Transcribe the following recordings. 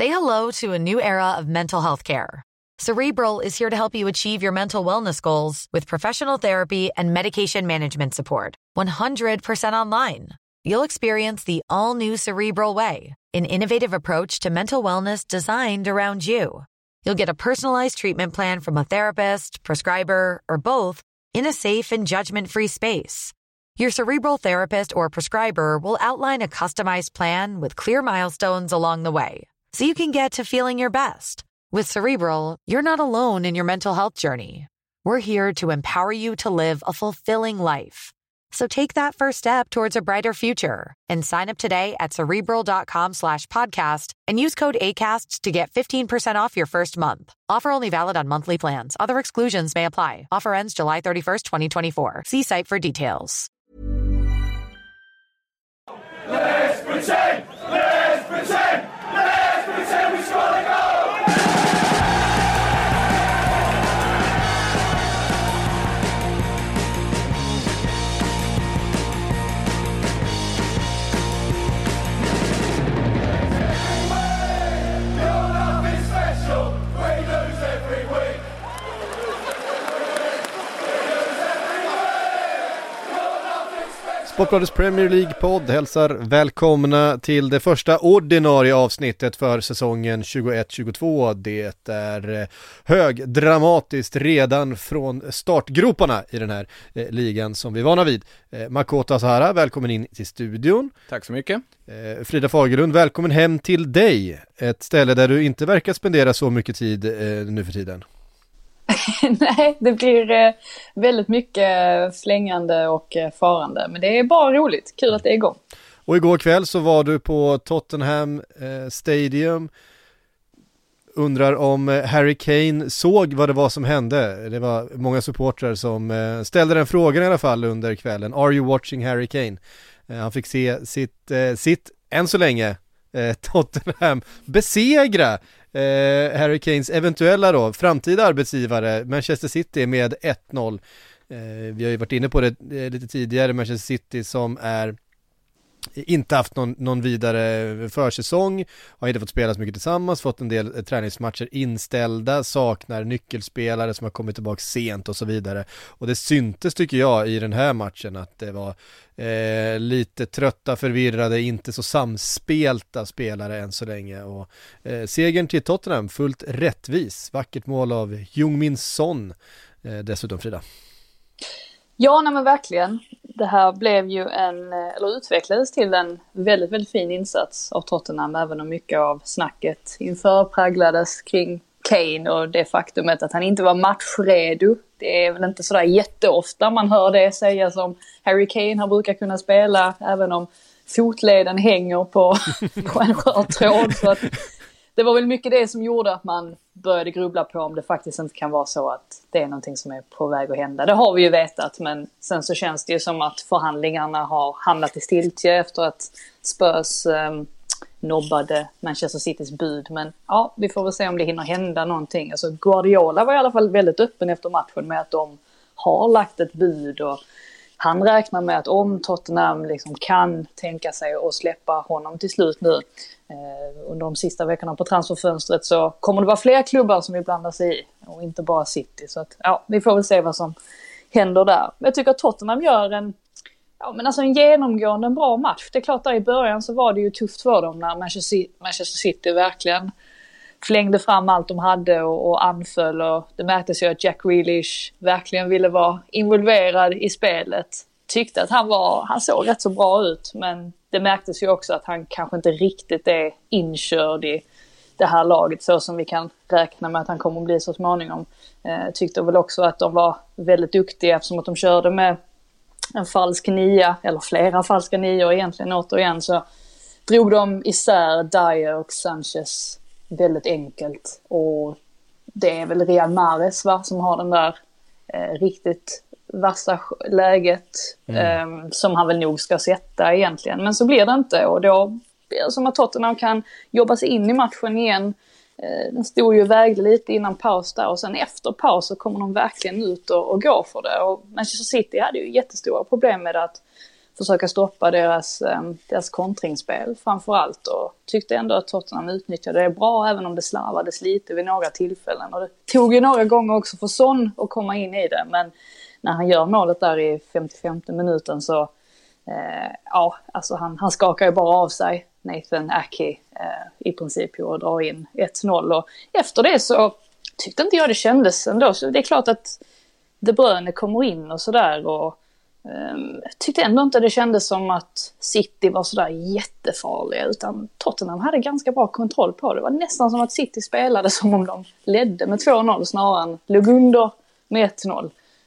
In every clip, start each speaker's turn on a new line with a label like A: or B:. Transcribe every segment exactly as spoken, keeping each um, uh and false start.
A: Say hello to a new era of mental health care. Cerebral is here to help you achieve your mental wellness goals with professional therapy and medication management support. one hundred percent online. You'll experience the all-new Cerebral Way, an innovative approach to mental wellness designed around you. You'll get a personalized treatment plan from a therapist, prescriber, or both in a safe and judgment-free space. Your Cerebral therapist or prescriber will outline a customized plan with clear milestones along the way, so you can get to feeling your best. With Cerebral, you're not alone in your mental health journey. We're here to empower you to live a fulfilling life. So take that first step towards a brighter future and sign up today at Cerebral.com slash podcast and use code ACAST to get fifteen percent off your first month. Offer only valid on monthly plans. Other exclusions may apply. Offer ends July thirty-first, twenty twenty-four. See site for details.
B: Let's pretend! Let's pretend! Let's pretend we score the goal!
C: Sportbladets Premier League-podd hälsar välkomna till det första ordinarie avsnittet för säsongen tjugoett tjugotvå. Det är högdramatiskt redan från startgroparna i den här eh, ligan som vi är vana vid. Eh, Makota Sahara, välkommen in till studion.
D: Tack så mycket.
C: Eh, Frida Fagerlund, välkommen hem till dig. Ett ställe där du inte verkar spendera så mycket tid eh, nu för tiden.
E: Nej, det blir eh, väldigt mycket slängande och eh, farande. Men det är bara roligt. Kul att det är igång.
C: Och igår kväll så var du på Tottenham eh, Stadium. Undrar om eh, Harry Kane såg vad det var som hände. Det var många supportrar som eh, ställde den frågan i alla fall under kvällen. Are you watching Harry Kane? Eh, han fick se sitt, eh, sitt än så länge, eh, Tottenham besegra Eh, Harry Kanes eventuella då framtida arbetsgivare Manchester City med ett noll. Eh, vi har ju varit inne på det eh, lite tidigare. Manchester City som är inte haft någon, någon vidare försäsong, har inte fått spela så mycket tillsammans, fått en del eh, träningsmatcher inställda, saknar nyckelspelare som har kommit tillbaka sent och så vidare. Och det syntes tycker jag i den här matchen att det var eh, lite trötta, förvirrade, inte så samspelta spelare än så länge. Och eh, segern till Tottenham fullt rättvis, vackert mål av Heung-min Son eh, dessutom, Frida.
E: Ja, nej men verkligen. Det här blev ju en, eller utvecklades till en väldigt, väldigt fin insats av Tottenham, även om mycket av snacket inför präglades kring Kane och det faktumet att han inte var matchredo. Det är väl inte sådär jätteofta man hör det sägas om Harry Kane. Han brukar kunna spela även om fotleden hänger på, på en skör tråd. Så att det var väl mycket det som gjorde att man började grubbla på om det faktiskt inte kan vara så att det är någonting som är på väg att hända. Det har vi ju vetat, men sen så känns det ju som att förhandlingarna har hamnat i stiltje efter att Spurs eh, nobbade Manchester Citys bud. Men ja, vi får väl se om det hinner hända någonting. Alltså Guardiola var i alla fall väldigt öppen efter matchen med att de har lagt ett bud, och han räknar med att om Tottenham liksom kan tänka sig att släppa honom till slut nu eh, under de sista veckorna på transferfönstret, så kommer det vara fler klubbar som vi blandar sig i och inte bara City. Så att, ja, vi får väl se vad som händer där. Men jag tycker att Tottenham gör en, ja, men alltså en genomgående en bra match. Det är klart där i början så var det ju tufft för dem när Manchester City verkligen flängde fram allt de hade och, och anföll, och det märktes ju att Jack Grealish verkligen ville vara involverad i spelet. Tyckte att han var, han såg rätt så bra ut, men det märktes ju också att han kanske inte riktigt är inkörd i det här laget så som vi kan räkna med att han kommer att bli så småningom. Eh, tyckte väl också att de var väldigt duktiga eftersom att de körde med en falsk nia, eller flera falska nior egentligen återigen, så drog de isär Dyer och Sanchez väldigt enkelt, och det är väl Riyad Mahrez va, som har den där eh, riktigt vassa läget mm. eh, som han väl nog ska sätta egentligen, men så blir det inte, och då blir det som att Tottenham kan jobba sig in i matchen igen. Eh, den stod ju vägde lite innan paus där, och sen efter paus så kommer de verkligen ut och, och går för det, och Manchester City hade ju jättestora problem med att försöka stoppa deras, deras kontringsspel framförallt, och tyckte ändå att Tottenham utnyttjade det bra, även om det slarvades lite vid några tillfällen. Och det tog ju några gånger också för Son att komma in i det, men när han gör målet där i femtiofemte minuten så eh, ja, alltså han, han skakar ju bara av sig Nathan Ake eh, i princip och drar in ett noll, och efter det så tyckte inte jag det kändes ändå. Så det är klart att De Bruyne kommer in och sådär, och um, tyckte ändå inte det kändes som att City var sådär jättefarliga, utan Tottenham hade ganska bra kontroll på det. Det var nästan som att City spelade som om de ledde med två noll snarare än låg under med ett noll.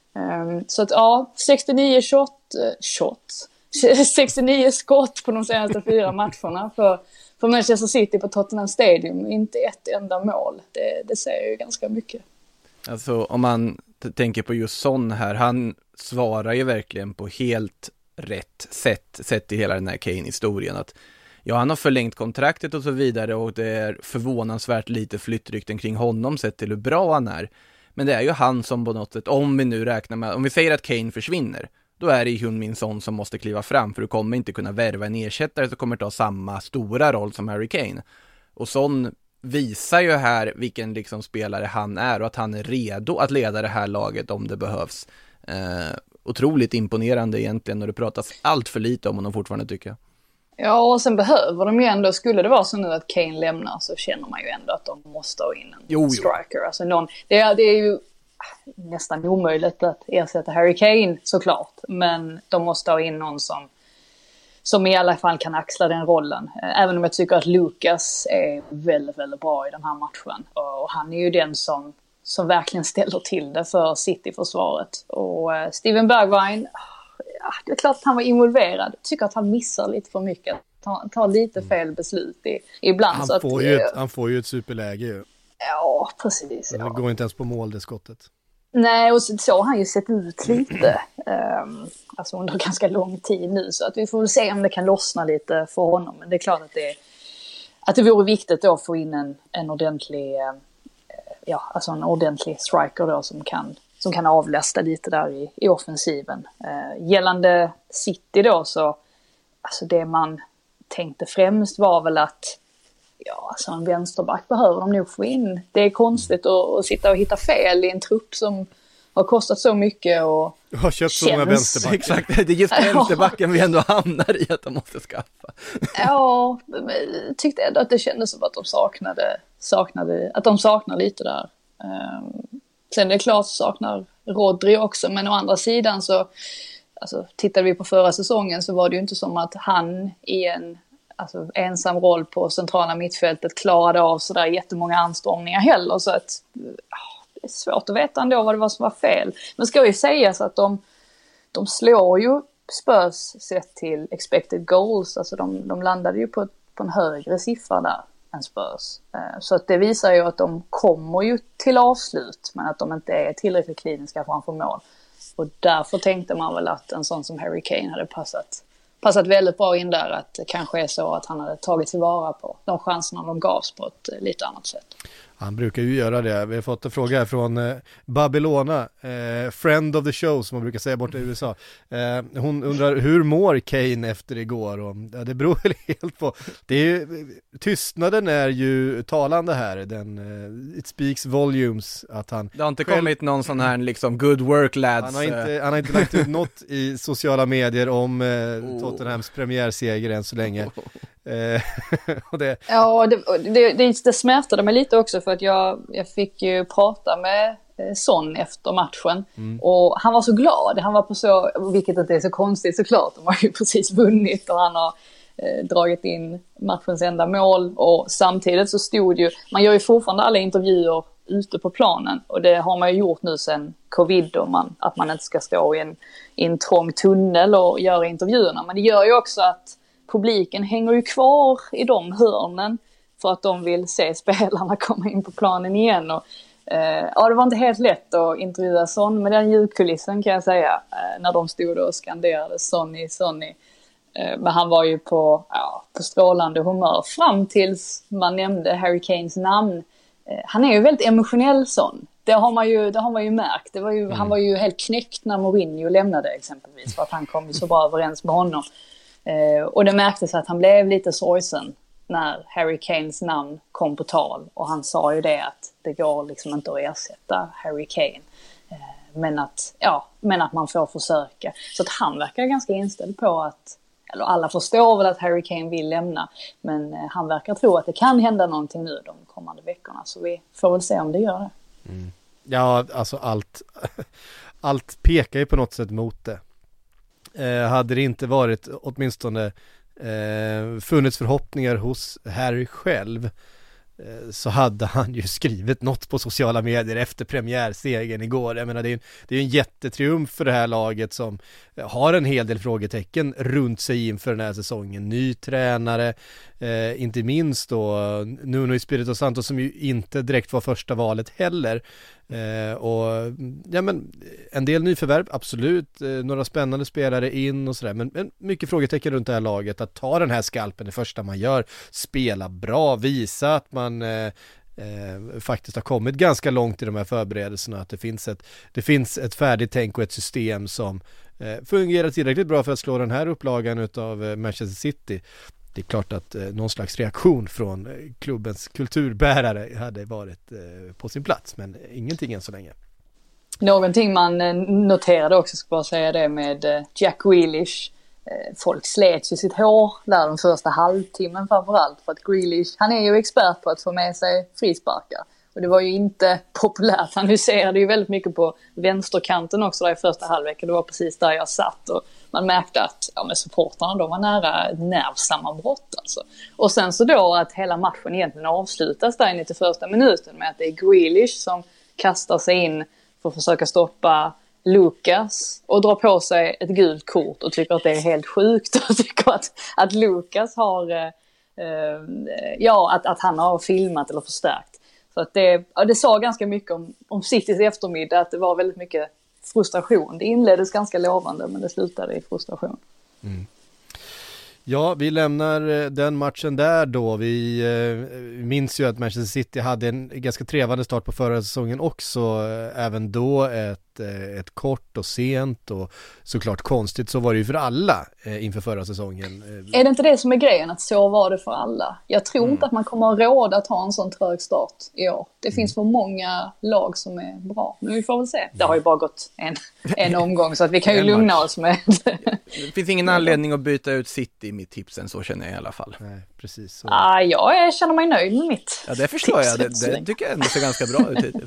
E: Um, så att ja, sextionio shot, uh, shot. sextionio skott på de senaste fyra matcherna för, för Manchester City på Tottenham Stadium. Inte ett enda mål. Det, det säger ju ganska mycket.
D: Alltså om man t- tänker på just Son här, han svarar ju verkligen på helt rätt sätt sett i hela den här Kane-historien. Att ja, han har förlängt kontraktet och så vidare, och det är förvånansvärt lite flyttrykten kring honom sett till hur bra han är. Men det är ju han som på något sätt, om vi nu räknar med, om vi säger att Kane försvinner, då är det Heung-min Son som måste kliva fram, för du kommer inte kunna värva en ersättare som kommer ta samma stora roll som Harry Kane. Och Son visar ju här vilken liksom spelare han är, och att han är redo att leda det här laget om det behövs. Eh, otroligt imponerande egentligen, och det pratas allt för lite om honom fortfarande, tycker jag.
E: Ja, och sen behöver de ju ändå, skulle det vara så nu att Kane lämnar, så känner man ju ändå att de måste ha in en jo, striker. Jo. Alltså någon, det, är, det är ju nästan omöjligt att ersätta Harry Kane såklart, men de måste ha in någon som som i alla fall kan axla den rollen. Även om jag tycker att Lucas är väldigt, väldigt bra i den här matchen. Och han är ju den som, som verkligen ställer till det för City-försvaret. Och Steven Bergwijn, ja, det är klart att han var involverad. Jag tycker att han missar lite för mycket. Han tar lite fel beslut i, ibland.
C: Han,
E: så
C: får
E: att,
C: ju ett, han får ju ett superläge ju.
E: Ja, precis.
C: Det
E: ja.
C: går inte ens på mål, det skottet.
E: Nej, och så, så har han ju sett ut lite. Um, alltså under ganska lång tid nu. Så att vi får väl se om det kan lossna lite för honom. Men det är klart att det, att det vore viktigt då att få in en, en ordentlig uh, ja, alltså en ordentlig striker då som kan, som kan avlasta lite där i, i offensiven. Uh, gällande City då, så alltså det man tänkte främst var väl att ja, alltså en vänsterback behöver de nog få in. Det är konstigt att, att sitta och hitta fel i en trupp som har kostat så mycket och
C: har köpt så många vänsterbackar.
D: Exakt, det är just vänsterbacken vi ändå hamnar i att de måste skaffa.
E: Ja, jag tyckte ändå att det kändes som att de saknade, saknade att de saknar lite där. Um, sen är det klart saknar Rodri också, men å andra sidan så alltså, tittade vi på förra säsongen så var det ju inte som att han i en alltså, ensam roll på centrala mittfältet klarade av sådär jättemånga anstormningar heller, så att det är svårt att veta ändå vad det var som var fel. Men ska ju sägas att de, de slår ju Spurs sett till expected goals, alltså de, de landade ju på, på en högre siffra där än Spurs. Så att det visar ju att de kommer ju till avslut, men att de inte är tillräckligt kliniska framför mål. Och därför tänkte man väl att en sån som Harry Kane hade passat passat väldigt bra in där, att det kanske är så att han hade tagit tillvara på de chanserna de gavs på ett lite annat sätt.
C: Han brukar ju göra det. Vi har fått en fråga här från eh, Babylona, eh, friend of the show som man brukar säga borta i U S A. Eh, hon undrar hur mår Kane efter igår? Och, ja, det beror väl helt på. Det är ju, tystnaden är ju talande här. Den, eh, it speaks volumes att han...
D: Det har inte
C: själv,
D: kommit någon sån här liksom good work lads.
C: Han har inte, han har inte lagt ut något i sociala medier om eh, oh. Tottenhams premiärseger än så länge. Eh, och det...
E: Ja, det, det, det, det smärtade mig lite också för att jag, jag fick ju prata med Son efter matchen mm. och han var så glad, han var på så, vilket inte är så konstigt såklart, de har ju precis vunnit och han har eh, dragit in matchens enda mål, och samtidigt så stod ju, man gör ju fortfarande alla intervjuer ute på planen, och det har man ju gjort nu sen covid, och man, att man inte ska stå i en, i en trång tunnel och göra intervjuerna, men det gör ju också att publiken hänger ju kvar i de hörnen för att de vill se spelarna komma in på planen igen. Och, eh, ja, det var inte helt lätt att intervjua Son med den ljudkulissen, kan jag säga, eh, när de stod och skanderade Sonny, Sonny. Eh, men han var ju på, ja, på strålande humör fram tills man nämnde Harry Kanes namn. Eh, han är ju väldigt emotionell, Son. det har man ju, det har man ju märkt. Det var ju,
C: Mm.
E: Han var ju helt knäckt när Mourinho lämnade exempelvis, för att han kom ju så bra överens med honom. Eh, och det märktes att han blev lite sorgsen när Harry Kanes namn kom på tal. Och han sa ju det att det går liksom inte att ersätta Harry Kane. Eh, men, att, ja, men att man får försöka. Så att han verkar ganska inställd på att, eller alla förstår väl att Harry Kane vill lämna. Men eh, han verkar tro att det kan hända någonting nu de kommande veckorna. Så vi får väl se om det gör det.
C: Mm. Ja, alltså allt, allt pekar ju på något sätt mot det. Eh, hade det inte varit åtminstone eh, funnits förhoppningar hos Harry själv, eh, så hade han ju skrivit något på sociala medier efter premiärsegern igår. Jag menar, det är, det är en jättetriumf för det här laget som har en hel del frågetecken runt sig inför den här säsongen. Ny tränare, eh, inte minst då Nuno Espirito Santo, som ju inte direkt var första valet heller. Eh, och ja, men en del nyförvärv, absolut, eh, några spännande spelare in och sådär, men, men mycket frågetecken runt det här laget. Att ta den här skalpen det första man gör, spela bra, visa att man eh, eh, faktiskt har kommit ganska långt i de här förberedelserna, att det finns ett, det finns ett färdigt tänk och ett system som eh, fungerar tillräckligt bra för att slå den här upplagan utav eh, Manchester City. Det är klart att eh, någon slags reaktion från eh, klubbens kulturbärare hade varit eh, på sin plats, men ingenting än så länge.
E: Någonting man eh, noterade också, ska bara säga det, med eh, Jack Grealish. Eh, folk slet ju sitt hår där den första halvtimmen framförallt, för att Grealish, han är ju expert på att få med sig frisparkar. Och det var ju inte populärt. Han huserade ju väldigt mycket på vänsterkanten också där i första halvleken. Det var precis där jag satt, och man märkte att ja, men supportarna, de var nära nervsammanbrott alltså. Och sen så då att hela matchen egentligen avslutas där i till första minuten med att det är Grealish som kastar sig in för att försöka stoppa Lucas och drar på sig ett gult kort och tycker att det är helt sjukt, och tycker att, att Lucas har eh, ja, att, att han har filmat eller förstärkt. Så att det, ja, det sa ganska mycket om, om Citys eftermiddag, att det var väldigt mycket frustration. Det inleddes ganska lovande, men det slutade i frustration.
C: Mm. Ja, vi lämnar den matchen där då. Vi eh, minns ju att Manchester City hade en ganska trevande start på förra säsongen också. Eh, även då ett, eh, ett kort och sent och såklart konstigt, så var det ju för alla eh, inför förra säsongen. Eh,
E: är det inte det som är grejen, att så var det för alla? Jag tror
C: mm.
E: inte att man kommer att råda att ha en sån trög start i år. Det mm. finns för många lag som är bra. Men vi får väl se. Det har ju bara gått en, en omgång, så att vi kan ju lugna oss med
D: det finns ingen anledning att byta ut City i mitt tipsen, så känner jag i alla fall.
C: Nej, precis. Så.
E: Ah, jag känner mig nöjd med mitt.
D: Ja, det förstår jag. Det, det tycker jag ändå ser ganska bra ut hittills.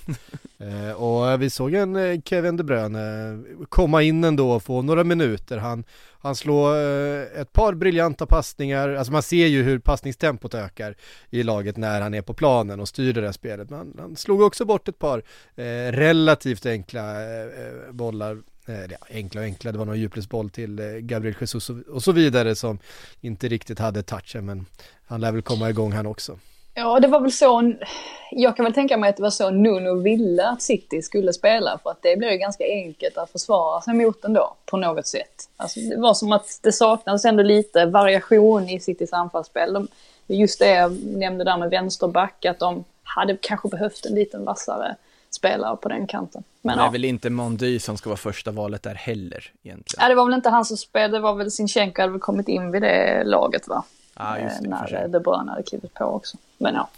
C: Eh, och vi såg en eh, Kevin De Bruyne eh, komma in ändå och få några minuter. Han, han slår eh, ett par briljanta passningar. Alltså man ser ju hur passningstempot ökar i laget när han är på planen och styr det där spelet. Men han, han slog också bort ett par eh, relativt enkla eh, bollar. Ja, enkla och enkla, det var någon djupledsboll till Gabriel Jesus och så vidare som inte riktigt hade touchen, men han lär väl komma igång han också.
E: Ja, det var väl så, jag kan väl tänka mig att det var så Nuno ville att City skulle spela, för att det blir ju ganska enkelt att försvara sig mot den då, på något sätt. Alltså, det var som att det saknades ändå lite variation i Citys anfallsspel. De, just det jag nämnde där med vänsterback, att de hade kanske behövt en liten vassare spelare på den kanten. Men
D: det är
E: ja.
D: väl inte Mondy som ska vara första valet där heller egentligen.
E: Ja, det var väl inte han som spelade, det var väl Zinchenko hade väl kommit in vid det laget, va?
D: Ja, just det,
E: när De Bruyne hade klivit på också. Men ja.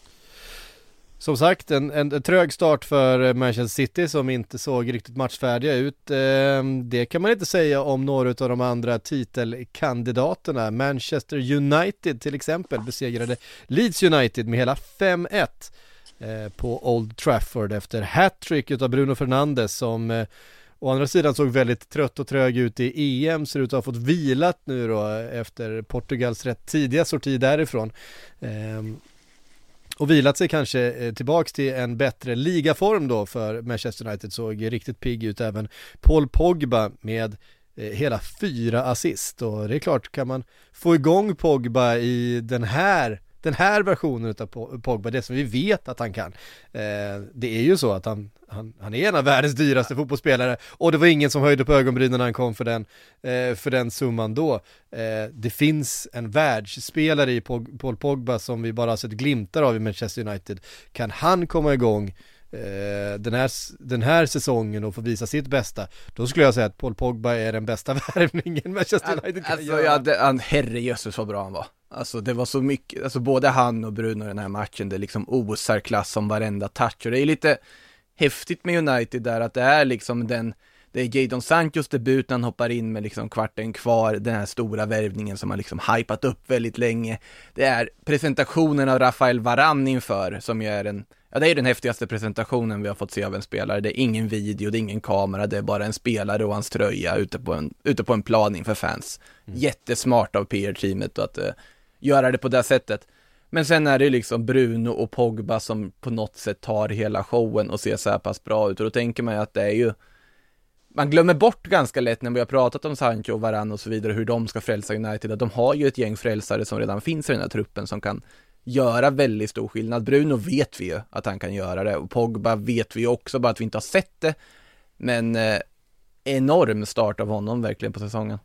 C: Som sagt, en, en, en trög start för Manchester City som inte såg riktigt matchfärdiga ut. Eh, det kan man inte säga om några av de andra titelkandidaterna. Manchester United till exempel besegrade Leeds United med hela fem ett eh, på Old Trafford efter hattrick utav Bruno Fernandes, som eh, å andra sidan såg väldigt trött och trög ut i E M, ser ut att ha fått vilat nu då efter Portugals rätt tidiga sorti därifrån. Eh, och vilat sig kanske tillbaks till en bättre ligaform då för Manchester United. Såg riktigt pigg ut, även Paul Pogba med hela fyra assist. Och det är klart, kan man få igång Pogba i den här den här versionen av Pogba, det som vi vet att han kan, eh, det är ju så att han, han, han är en av världens dyraste fotbollsspelare, och det var ingen som höjde på ögonbrynen när han kom för den, eh, för den summan då. Eh, det finns en världsspelare i Pog- Paul Pogba som vi bara har sett glimtar av i Manchester United. Kan han komma igång eh, den, här, den här säsongen och få visa sitt bästa, då skulle jag säga att Paul Pogba är den bästa värvningen Manchester United kan
D: alltså,
C: göra.
D: Ja, det, han, herrejösses vad bra han var. Alltså det var så mycket, alltså både han och Bruno i den här matchen, det liksom osar klass som varenda touch, och det är lite häftigt med United där att det är liksom den, det är Jadon Sanchos debut när han hoppar in med liksom kvarten kvar, den här stora värvningen som har liksom hypat upp väldigt länge. Det är presentationen av Rafael Varane inför, som ju är en, ja, det är den häftigaste presentationen vi har fått se av en spelare. Det är ingen video, det är ingen kamera, det är bara en spelare och hans tröja ute på en, ute på en plan inför fans. Mm. Jättesmart av P R-teamet att uh, göra det på det sättet. Men sen är det liksom Bruno och Pogba som på något sätt tar hela showen och ser så här pass bra ut. Och då tänker man ju att det är ju, man glömmer bort ganska lätt när vi har pratat om Sancho och Varane och så vidare, hur de ska frälsa United, att de har ju ett gäng frälsare som redan finns i den här truppen som kan göra väldigt stor skillnad. Bruno vet vi ju att han kan göra det, och Pogba vet vi ju också, bara att vi inte har sett det. Men eh, enorm start av honom verkligen på säsongen.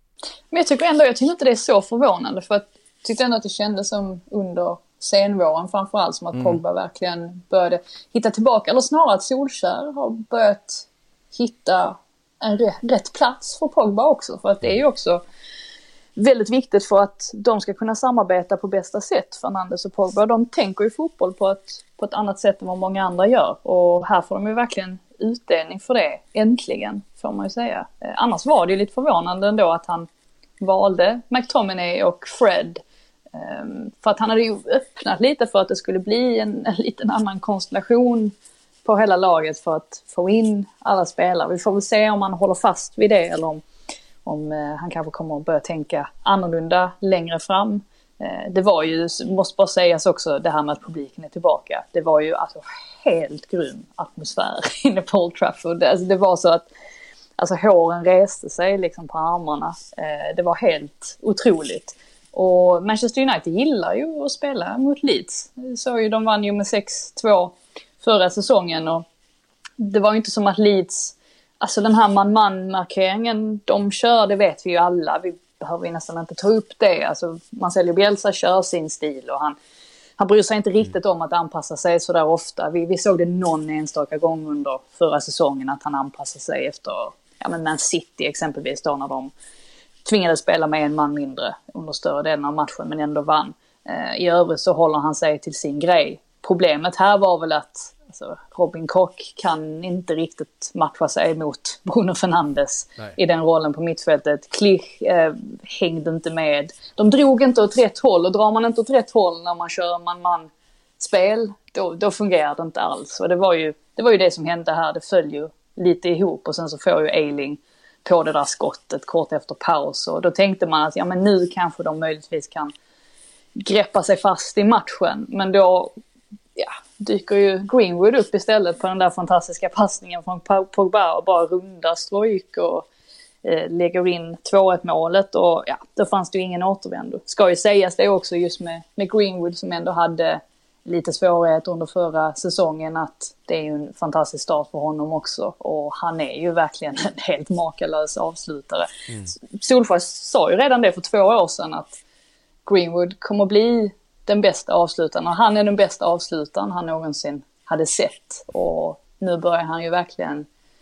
E: Men jag tycker ändå, jag tycker inte det är så förvånande, för att jag tyckte ändå att det kändes som under senvåren framförallt som att mm. Pogba verkligen började hitta tillbaka, eller snarare att Solskjær har börjat hitta en rätt plats för Pogba också, för att det är ju också väldigt viktigt för att de ska kunna samarbeta på bästa sätt, Fernandes och Pogba. De tänker ju fotboll på ett, på ett annat sätt än vad många andra gör, och här får de ju verkligen utdelning för det, äntligen får man ju säga. Eh, annars var det ju lite förvånande ändå att han valde McTominay och Fred, eh, för att han hade ju öppnat lite för att det skulle bli en, en liten annan konstellation på hela laget för att få in alla spelare. Vi får väl se om han håller fast vid det, eller om, om eh, han kanske kommer att börja tänka annorlunda längre fram. Eh, det var ju, måste bara sägas också, det här med att publiken är tillbaka. Det var ju alltså helt grym atmosfär inne på Old Trafford. Alltså, det var så att alltså, håren reste sig liksom på armarna. Eh, det var helt otroligt. Och Manchester United gillar ju att spela mot Leeds. Så ju, de vann ju med sex två förra säsongen, och det var ju inte som att Leeds, alltså den här man-man-markeringen de kör, det vet vi ju alla, vi behöver ju nästan inte ta upp det. Alltså Marcelo Bielsa kör sin stil, och han, han bryr sig inte riktigt om att anpassa sig så där ofta. Vi, vi såg det någon enstaka gång under förra säsongen att han anpassade sig efter, ja, men Man City exempelvis då, när de tvingades spela med en man mindre under större delen av matchen men ändå vann. Eh, I övrigt så håller han sig till sin grej. Problemet här var väl att alltså, Robin Koch kan inte riktigt matcha sig mot Bruno Fernandes. Nej. I den rollen på mittfältet. Klich eh, hängde inte med. De drog inte åt rätt håll, och drar man inte åt rätt håll när man kör man-man-spel, då, då fungerar det inte alls. Och det var, ju, det var ju det som hände här. Det föll ju lite ihop, och sen så får ju Eiling på det där skottet kort efter paus. Och då tänkte man att ja, men nu kanske de möjligtvis kan greppa sig fast i matchen. Men då ja, dyker ju Greenwood upp istället på den där fantastiska passningen från Pogba och bara rundar stryk och eh, lägger in två ett målet, och ja, då fanns det ju ingen återvändo. Ska ju sägas det också just med, med Greenwood, som ändå hade lite svårighet under förra säsongen, att det är ju en fantastisk start för honom också, och han är ju verkligen en helt makalös avslutare. Mm. Solskjær sa ju redan det för två år sedan att Greenwood kommer bli den bästa avslutaren, och han är den bästa avslutaren han någonsin hade sett, och nu börjar han ju verkligen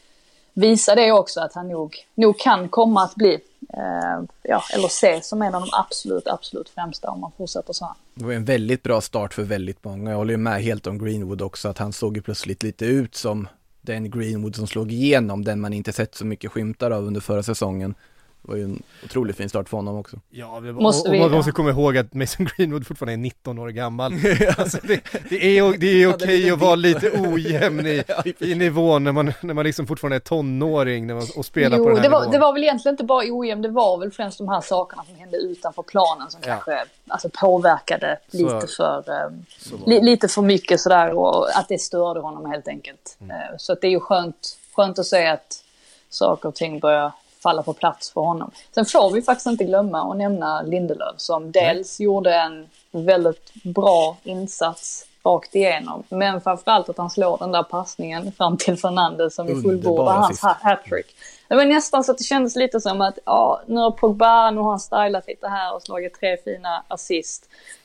E: visa det också, att han nog, nog kan komma att bli eh, ja, eller se som en av de absolut, absolut främsta om man fortsätter så här.
D: Det var en väldigt bra start för väldigt många. Jag håller ju med helt om Greenwood också, att han såg ju plötsligt lite ut som den Greenwood som slog igenom, den man inte sett så mycket skymtar av under förra säsongen. Det var ju en otroligt fin start för honom också.
C: Ja, vi, måste vi, och man måste komma ihåg att Mason Greenwood fortfarande är nitton år gammal. Alltså det, det är, det är okej att vara lite ojämn i, i nivån när man, när man liksom fortfarande är tonåring när man, och spelar jo, på den här
E: det var,
C: nivån.
E: Det var väl egentligen inte bara ojämn, det var väl främst de här sakerna som hände utanför planen som ja. kanske alltså, påverkade så, lite, för, um, li, lite för mycket sådär, och att det störde honom helt enkelt. Mm. Uh, så att det är ju skönt, skönt att säga att saker och ting börjar falla på plats för honom. Sen får vi faktiskt inte glömma att nämna Lindelöf, som dels Nej. gjorde en väldigt bra insats rakt igenom, men framförallt att han slår den där passningen fram till Fernandes som i fullbordar hans hattrick. Det var nästan så att det kändes lite som att ja, nu har Pogba, nu har han stylat lite här och slagit tre fina assist.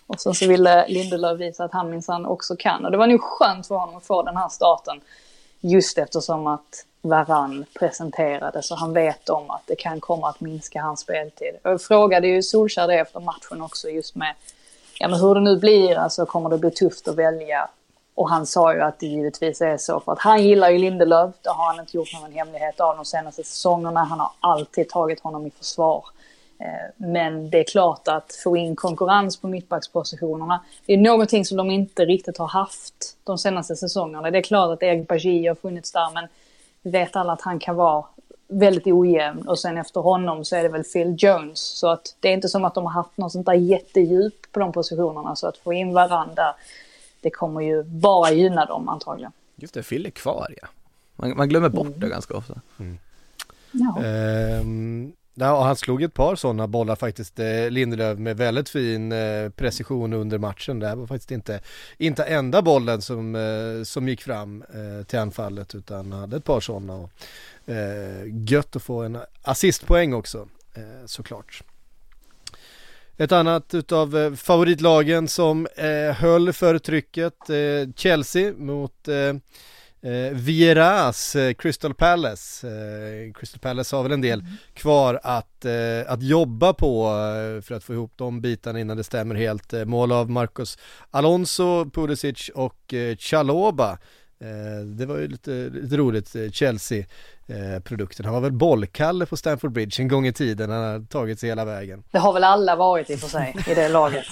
E: Och sen så ville Lindelöf visa att han minsann också kan. Och det var nog skönt för honom att få den här starten. Just eftersom att Varane presenterade så han vet om att det kan komma att minska hans speltid. Jag frågade ju Solskjaer det efter matchen också just med ja, men hur det nu blir, alltså kommer det bli tufft att välja. Och han sa ju att det givetvis är så för att han gillar ju Lindelöf. Det har han inte gjort någon hemlighet av de senaste säsongerna. Han har alltid tagit honom i försvar. Men det är klart att få in konkurrens på mittbackspositionerna. Det är någonting som de inte riktigt har haft de senaste säsongerna. Det är klart att Eric Bajie har funnits där, men vi vet alla att han kan vara väldigt ojämn. Och sen efter honom så är det väl Phil Jones. Så att det är inte som att de har haft något sånt där jättedjup på de positionerna. Så att få in varandra, det kommer ju bara gynna dem antagligen.
D: Just det, Phil är kvar, ja. Man, man glömmer bort mm. det ganska ofta.
C: Mm. Ja. Um... Ja, han slog ett par sådana bollar faktiskt, eh, Lindelöf, med väldigt fin eh, precision under matchen. Det här var faktiskt inte, inte enda bollen som, eh, som gick fram eh, till anfallet, utan hade ett par sådana. Och, eh, gött att få en assistpoäng också, eh, såklart. Ett annat utav eh, favoritlagen som eh, höll för trycket, eh, Chelsea mot... Eh, Eh, Vieras eh, Crystal Palace eh, Crystal Palace har väl en del mm. kvar att, eh, att jobba på eh, för att få ihop de bitarna innan det stämmer helt. eh, mål av Marcos Alonso, Pulisic och eh, Chalobah. eh, det var ju lite, lite roligt. eh, Chelsea eh, produkten, han var väl bollkalle på Stamford Bridge en gång i tiden. Han har tagit sig hela vägen.
E: Det har väl alla varit i för sig i det laget.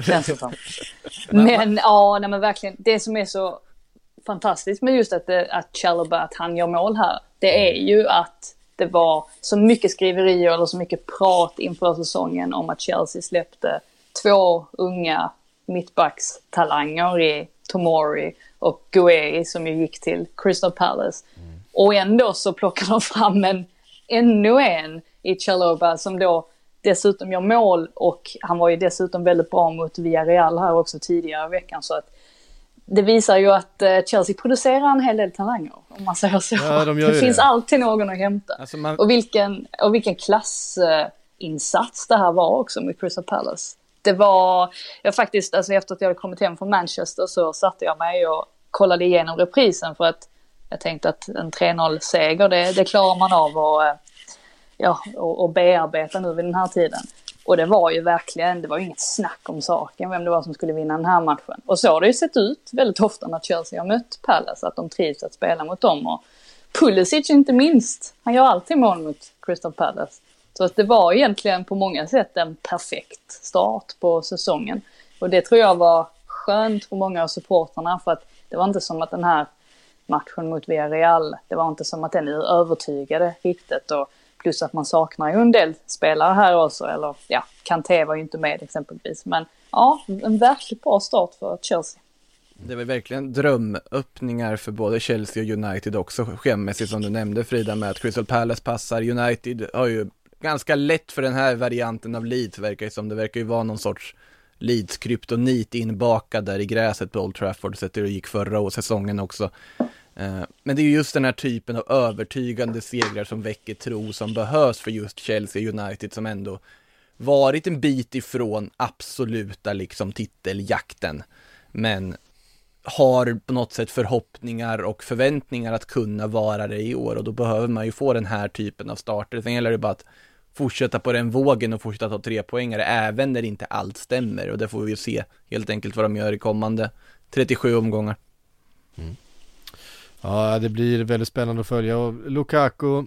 E: Men ja, nej, men verkligen det som är så fantastiskt med just att, att Chalobah, att han gör mål här, det är ju att det var så mycket skriverier eller så mycket prat inför säsongen om att Chelsea släppte två unga mittbackstalanger i Tomori och Gueye som ju gick till Crystal Palace. Mm. Och ändå så plockar de fram en ännu en i Chalobah som då dessutom gör mål, och han var ju dessutom väldigt bra mot Villarreal här också tidigare i veckan, så att det visar ju att Chelsea producerar en hel del talanger, om man säger så.
C: Ja, de
E: det finns det. alltid någon att hämta.
D: Alltså man...
E: och, vilken, och vilken klassinsats det här var också med Crystal Palace. Det var, jag faktiskt, alltså efter att jag hade kommit hem från Manchester så satte jag mig och kollade igenom reprisen, för att jag tänkte att en tre noll-seger, det, det klarar man av att ja, och, och bearbeta nu vid den här tiden. Och det var ju verkligen, det var ju inget snack om saken vem det var som skulle vinna den här matchen. Och så har det ju sett ut väldigt ofta när Chelsea har mött Palace, att de trivs att spela mot dem. Och Pulisic inte minst, han gör alltid mål mot Crystal Palace. Så att det var egentligen på många sätt en perfekt start på säsongen. Och det tror jag var skönt för många av supporterna, för att det var inte som att den här matchen mot Villarreal, det var inte som att den övertygade riktigt. Och plus att man saknar ju en del spelare här också. Eller ja, Kanté var ju inte med exempelvis. Men ja, en verkligt bra start för Chelsea.
D: Det var verkligen drömöppningar för både Chelsea och United också, skämmässigt som du nämnde, Frida, med att Crystal Palace passar. United har ju ganska lätt för den här varianten av Leeds, verkar det som. Det verkar ju vara någon sorts Leeds-kryptonit inbakad där i gräset på Old Trafford, så att det gick förra säsongen också. Men det är ju just den här typen av övertygande segrar som väcker tro, som behövs för just Chelsea United, som ändå varit en bit ifrån absoluta liksom titeljakten, men har på något sätt förhoppningar och förväntningar att kunna vara det i år, och då behöver man ju få den här typen av starter. Sen gäller det bara att fortsätta på den vågen och fortsätta ta tre poängare även när inte allt stämmer, och det får vi ju se helt enkelt vad de gör i kommande trettiosju omgångar.
C: Mm. Ja, det blir väldigt spännande att följa. Och Lukaku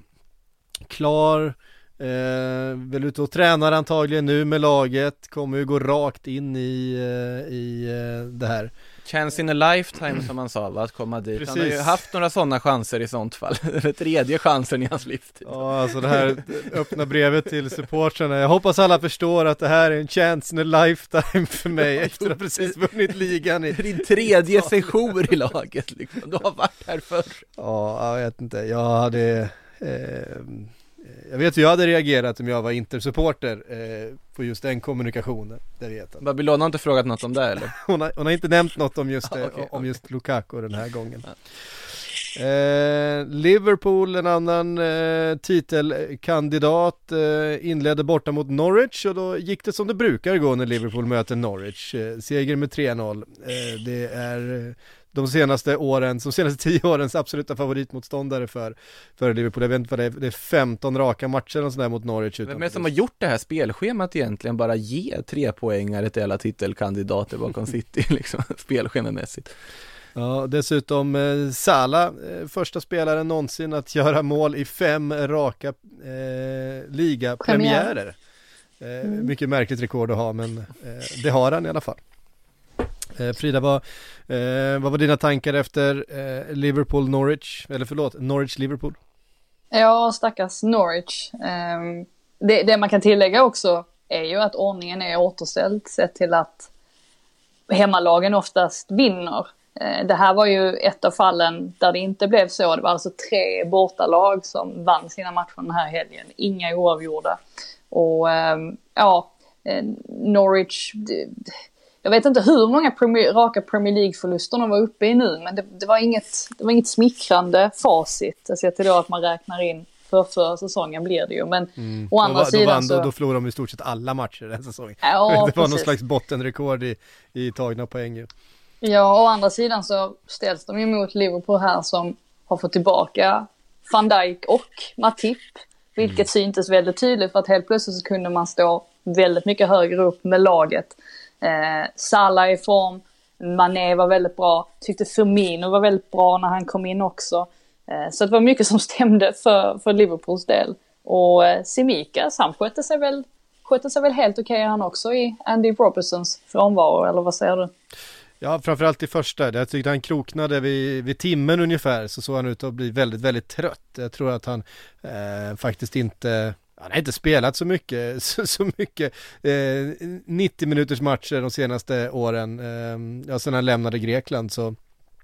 C: klar, eh, väl ute och tränar antagligen nu med laget, kommer ju gå rakt in i, eh, i eh, det här.
D: Chance in a lifetime, som man sa, va? Att komma dit.
C: Precis.
D: Han har ju haft några sådana chanser i sånt fall. Det tredje chansen i hans livstid.
C: Ja, alltså det här öppna brevet till supportrarna. Jag hoppas alla förstår att det här är en chance in a lifetime för mig efter att ha precis vunnit ligan i
D: din tredje sejour i laget liksom. Du har varit här förr.
C: Ja, jag vet inte. Jag hade eh, jag vet hur jag hade reagerat om jag var Inter-supporter eh, på just den kommunikationen. Det vet jag.
D: Babylon har inte frågat något om det, eller?
C: hon, har, hon har inte nämnt något om just,
D: ah,
C: det,
D: okay,
C: om
D: okay.
C: just Lukaku den här gången. Eh, Liverpool, en annan eh, titelkandidat, eh, inledde borta mot Norwich och då gick det som det brukar gå när Liverpool möter Norwich. Eh, seger med tre noll. Eh, det är eh, de senaste åren, de senaste tio årens absoluta favoritmotståndare för, för Liverpool. Jag vet inte vad det är, det är femton raka matcher och sådär mot Norwich.
D: Vem är det som har gjort det här spelschemat egentligen? Bara ge tre poängare till alla titelkandidater bakom City, liksom, spelschemamässigt.
C: Ja, dessutom eh, Salah, eh, första spelaren någonsin att göra mål i fem raka eh, ligapremiärer. Eh, mm. Mycket märkligt rekord att ha, men eh, det har han i alla fall. Eh, Frida, vad, eh, vad var dina tankar efter eh, Liverpool-Norwich? Eller förlåt, Norwich-Liverpool?
E: Ja, stackars Norwich. Um, det, det man kan tillägga också är ju att ordningen är återställd sett till att hemmalagen oftast vinner. Det här var ju ett av fallen där det inte blev så. Det var alltså tre bortalag som vann sina matcher den här helgen. Inga oavgjorda. Och ja, Norwich, jag vet inte hur många premier, raka Premier League-förluster de var uppe i nu. Men det, det, var, inget, det var inget smickrande facit. Jag ser till då att man räknar in för förra säsongen blir det ju. Men mm. å andra
C: då,
E: sidan
C: då vann,
E: så...
C: Då, då förlorade de i stort sett alla matcher den säsongen.
E: Ja,
C: det var
E: precis.
C: någon slags bottenrekord i, i tagna poäng ju.
E: Ja, å andra sidan så ställs de emot Liverpool här som har fått tillbaka Van Dijk och Matip, vilket mm. syntes väldigt tydligt för att helt plötsligt så kunde man stå väldigt mycket högre upp med laget. Eh, Salah i form, Mané var väldigt bra, tyckte Firmino var väldigt bra när han kom in också. Eh, så det var mycket som stämde för, för Liverpools del. Och eh, Tsimikas, han skötte sig väl, skötte sig väl helt okej han också i Andy Robertsons frånvaro, eller vad säger du?
C: Ja, framförallt i första. Jag tyckte han kroknade vid, vid timmen ungefär, så såg han ut att bli väldigt, väldigt trött. Jag tror att han eh, faktiskt inte, han har inte spelat så mycket, så, så mycket eh, nittio minuters matcher de senaste åren. Eh, ja, sen han lämnade Grekland, så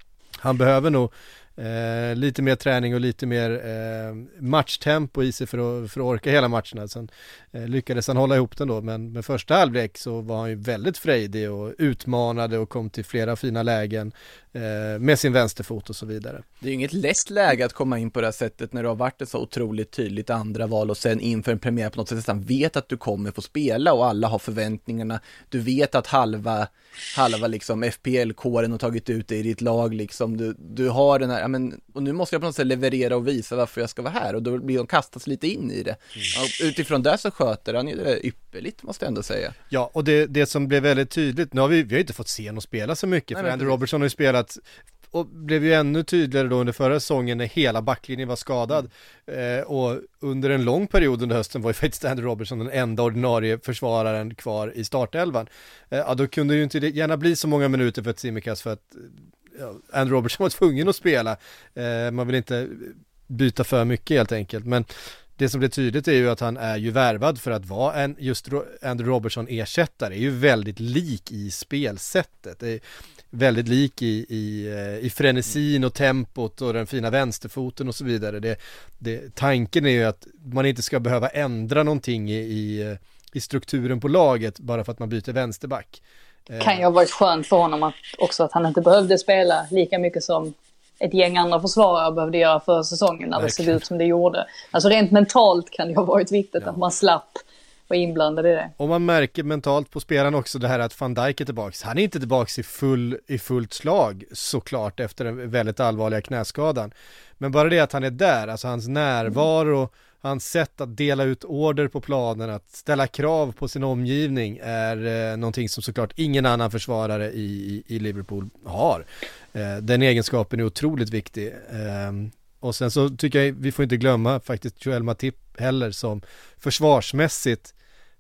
C: han behöver nog Eh, lite mer träning och lite mer eh, matchtempo i sig för att, för att orka hela matcherna. Sen eh, lyckades han hålla ihop den då, men med första halvlek så var han ju väldigt frejdig och utmanade och kom till flera fina lägen eh, med sin vänsterfot och så vidare.
D: Det är ju inget lätt läge att komma in på det här sättet när du har varit ett så otroligt tydligt andra val och sen inför en premiär på något sätt nästan vet att du kommer få spela och alla har förväntningarna. Du vet att halva, halva liksom F P L-kåren har tagit ut dig i ditt lag liksom. Du, du har den här, men, och nu måste jag på något sätt leverera och visa varför jag ska vara här och då blir de kastas lite in i det. Mm. Och utifrån det så sköter han ju det ypperligt, måste jag ändå säga.
C: Ja, och det, det som blev väldigt tydligt, nu har vi, vi har inte fått se honom spela så mycket. Nej, för Andy Robertson har ju spelat och blev ju ännu tydligare då under förra säsongen när hela backlinjen var skadad. Mm. Eh, och under en lång period under hösten var ju faktiskt Andy Robertson den enda ordinarie försvararen kvar i startelvan. Eh, ja, då kunde ju inte det gärna bli så många minuter för ett Tsimikas för att ja, Andy Robertson var tvungen att spela. Eh, man vill inte byta för mycket helt enkelt, men det som blir tydligt är ju att han är ju värvad för att vara en just Andy Robertson-ersättare. Är ju väldigt lik i spelsättet. Det är väldigt lik i, i, i frenesin och tempot och den fina vänsterfoten och så vidare. Det, det, tanken är ju att man inte ska behöva ändra någonting i, i, i strukturen på laget bara för att man byter vänsterback.
E: Kan ju ha varit skönt för honom att också att han inte behövde spela lika mycket som ett gäng andra försvarare behövde göra för säsongen när det såg ut som det gjorde. Alltså rent mentalt kan det ha varit viktigt ja. att man slapp vara inblandad i det.
C: Och man märker mentalt på spelaren också det här att Van Dijk är tillbaka. Han är inte tillbaka i, full, i fullt slag såklart efter den väldigt allvarliga knäskadan. Men bara det att han är där, alltså hans närvaro, mm. hans sätt att dela ut order på planen, att ställa krav på sin omgivning är eh, någonting som såklart ingen annan försvarare i, i, i Liverpool har. Eh, den egenskapen är otroligt viktig. Eh, och sen så tycker jag vi får inte glömma faktiskt Joel Matip heller, som försvarsmässigt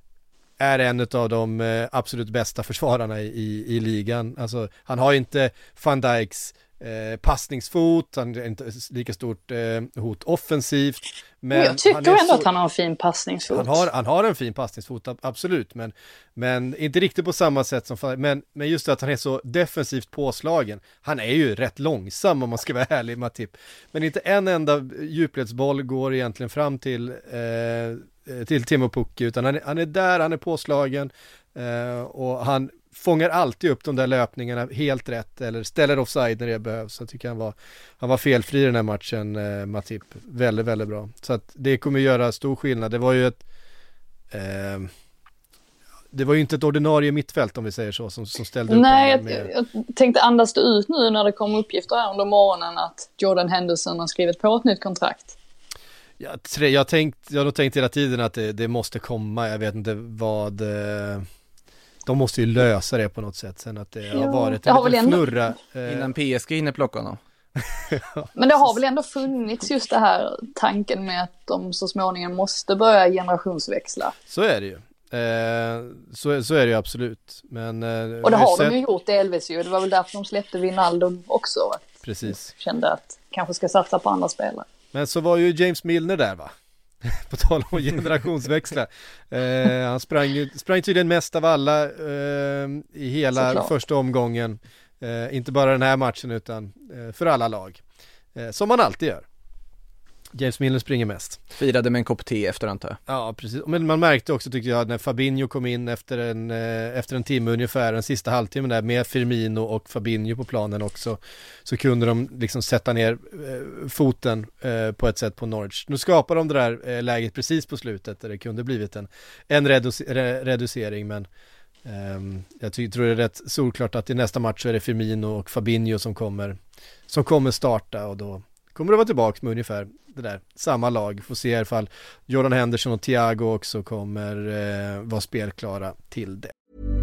C: är en av de eh, absolut bästa försvararna i, i, i ligan. Alltså, han har inte Van Dijks Eh, passningsfot, han är inte lika stort eh, hot offensivt, men
E: jag tycker
C: han
E: ändå
C: så,
E: att han har en fin passningsfot.
C: Han har, han har en fin passningsfot, absolut, men, men inte riktigt på samma sätt som men, men just det att han är så defensivt påslagen. Han är ju rätt långsam om man ska vara ärlig, Matip, men inte en enda djupledsboll går egentligen fram till eh, till Timo Pukki, utan han är, han är där, han är påslagen eh, och han fångar alltid upp de där löpningarna helt rätt eller ställer offside när det behövs. Så jag tycker han var, han var felfri i den här matchen, eh, Matip. Väldigt, väldigt bra. Så att det kommer göra stor skillnad. Det var ju ett eh, det var ju inte ett ordinarie mittfält om vi säger så som, som ställde upp.
E: Nej, jag,
C: med...
E: jag tänkte andas det ut nu när det kom uppgifter här under morgonen att Jordan Henderson har skrivit på ett nytt kontrakt.
C: Jag, tre, jag, tänkt, jag har nog tänkt hela tiden att det, det måste komma. Jag vet inte vad... Eh, de måste ju lösa det på något sätt. Sen att det ja, har varit
E: det har
C: en
E: ändå...
C: fnurra. Eh...
D: Innan P S G hinner plocka honom.
E: Men det har väl ändå funnits just det här tanken med att de så småningom måste börja generationsväxla.
C: Så är det ju. Eh, så, så är det ju absolut. Men, eh,
E: och det har
C: sett...
E: de ju gjort delvis ju. Det var väl därför de släppte Wijnaldum också. Att
C: Precis.
E: Kände att kanske ska satsa på andra spelare.
C: Men så var ju James Milner där va? På tal om generationsväxla. Eh, han sprang, sprang tydligen mest av alla eh, i hela Såklart. första omgången. Eh, inte bara den här matchen utan eh, för alla lag. Eh, som man alltid gör. James Milner springer mest.
D: Firade med en kopp te efter antar jag.
C: Ja, precis. Men man märkte också tycker jag när Fabinho kom in efter en, eh, efter en timme ungefär, den sista halvtimmen där med Firmino och Fabinho på planen också, så kunde de liksom sätta ner eh, foten eh, på ett sätt på Norwich. Nu skapar de det där eh, läget precis på slutet där det kunde blivit en, en reduce- re- reducering men eh, jag ty- tror det är rätt solklart att i nästa match så är det Firmino och Fabinho som kommer, som kommer starta och då kommer det vara tillbaka med ungefär det där, samma lag. Får se i alla fall Jordan Henderson och Thiago också kommer eh, vara spelklara till det.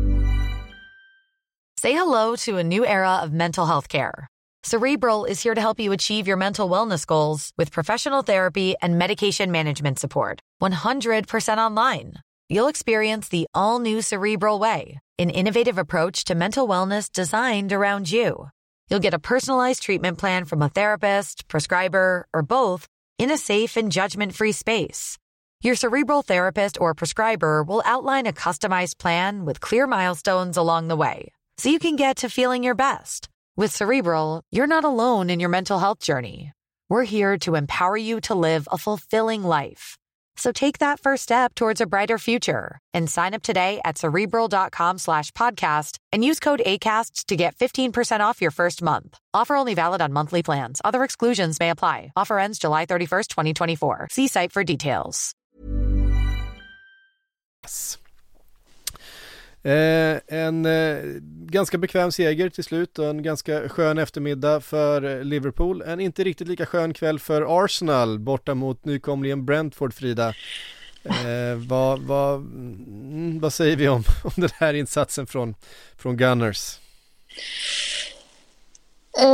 A: Say hello to a new era of mental health care. Cerebral is here to help you achieve your mental wellness goals with professional therapy and medication management support. one hundred percent online. You'll experience the all-new Cerebral way, an innovative approach to mental wellness designed around you. You'll get a personalized treatment plan from a therapist, prescriber, or both in a safe and judgment-free space. Your Cerebral therapist or prescriber will outline a customized plan with clear milestones along the way, so you can get to feeling your best. With Cerebral, you're not alone in your mental health journey. We're here to empower you to live a fulfilling life. So take that first step towards a brighter future and sign up today at Cerebral.com slash podcast and use code ACAST to get fifteen percent off your first month. Offer only valid on monthly plans. Other exclusions may apply. Offer ends July thirty-first, twenty twenty-four. See site for details.
C: Yes. Eh, en eh, ganska bekväm seger till slut och en ganska skön eftermiddag för Liverpool. En inte riktigt lika skön kväll för Arsenal borta mot nykomlingen Brentford, Frida. Eh, vad, vad, mm, vad säger vi om, om den här insatsen från, från Gunners?
E: Eh,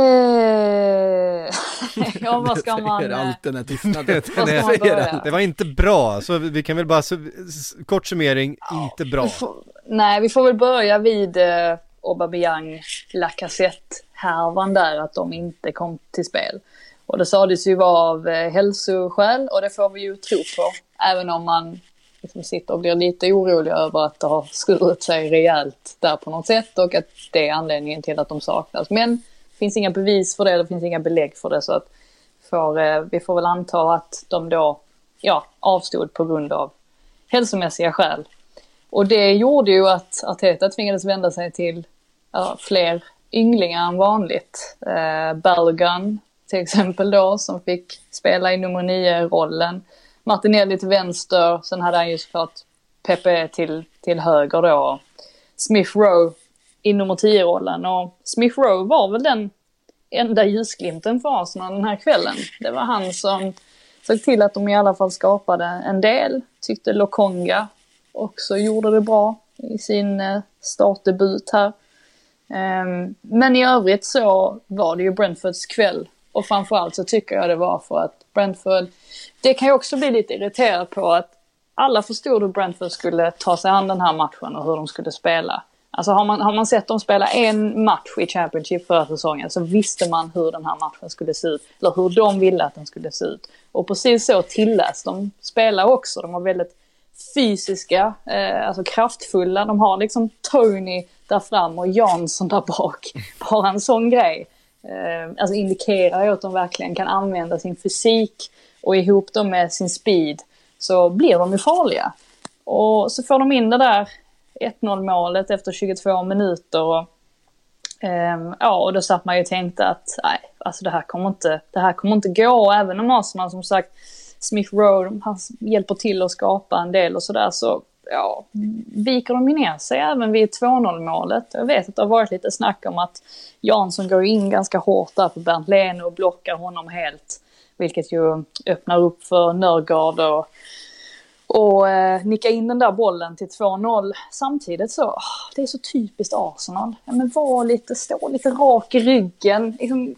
E: ja, vad ska man...
D: Allt den här tystnaden.
C: det, det var inte bra, så vi kan väl bara, så, kort summering, ja, inte bra.
E: Vi får, nej, vi får väl börja vid eh, Aubameyang, Lacazette-härvan där, att de inte kom till spel. Och det sades ju vara av eh, hälsoskäl, och det får vi ju tro på, även om man liksom sitter och blir lite orolig över att det har skurit sig rejält där på något sätt, och att det är anledningen till att de saknas. Men det finns inga bevis för det, det finns inga belägg för det, så att för, eh, vi får väl anta att de då ja, avstod på grund av hälsomässiga skäl. Och det gjorde ju att Arteta tvingades vända sig till ja, fler ynglingar än vanligt. Eh, Balogun till exempel då, som fick spela i nummer nio-rollen. Martinelli till vänster, sen hade han ju såklart Pepe till, till höger då. Smith Rowe i nummer tio-rollen, och Smith Rowe var väl den enda ljusglimten för Arsenal den här kvällen. Det var han som såg till att de i alla fall skapade en del. Tyckte Lokonga också gjorde det bra i sin startdebut här. Men i övrigt så var det ju Brentfords kväll, och framförallt så tycker jag det var för att Brentford, det kan ju också bli lite irriterat på att alla förstod hur Brentford skulle ta sig an den här matchen och hur de skulle spela. Alltså har man, har man sett dem spela en match i Championship förra säsongen, så visste man hur den här matchen skulle se ut. Eller hur de ville att den skulle se ut. Och precis så tilläts de spela också. De var väldigt fysiska, eh, alltså kraftfulla. De har liksom Tony där fram och Jansson där bak. Bara en sån grej. Eh, alltså indikerar ju att de verkligen kan använda sin fysik, och ihop dem med sin speed så blir de ju farliga. Och så får de in det där ett noll målet efter tjugotvå minuter och Um, ja, och då satt man ju och tänkte att nej, alltså det här kommer inte, det här kommer inte gå. Och även om Arsenal, som sagt, Smith Rowe, han hjälper till att skapa en del och sådär, så ja, viker de ner sig även vid två noll målet. Jag vet att det har varit lite snack om att Jansson går in ganska hårt där på Bernd Leno och blockar honom helt, vilket ju öppnar upp för Nørgaard och Och eh, nicka in den där bollen till två noll. Samtidigt så, oh, det är så typiskt Arsenal. Ja, men var lite, stå lite rak i ryggen. Liksom,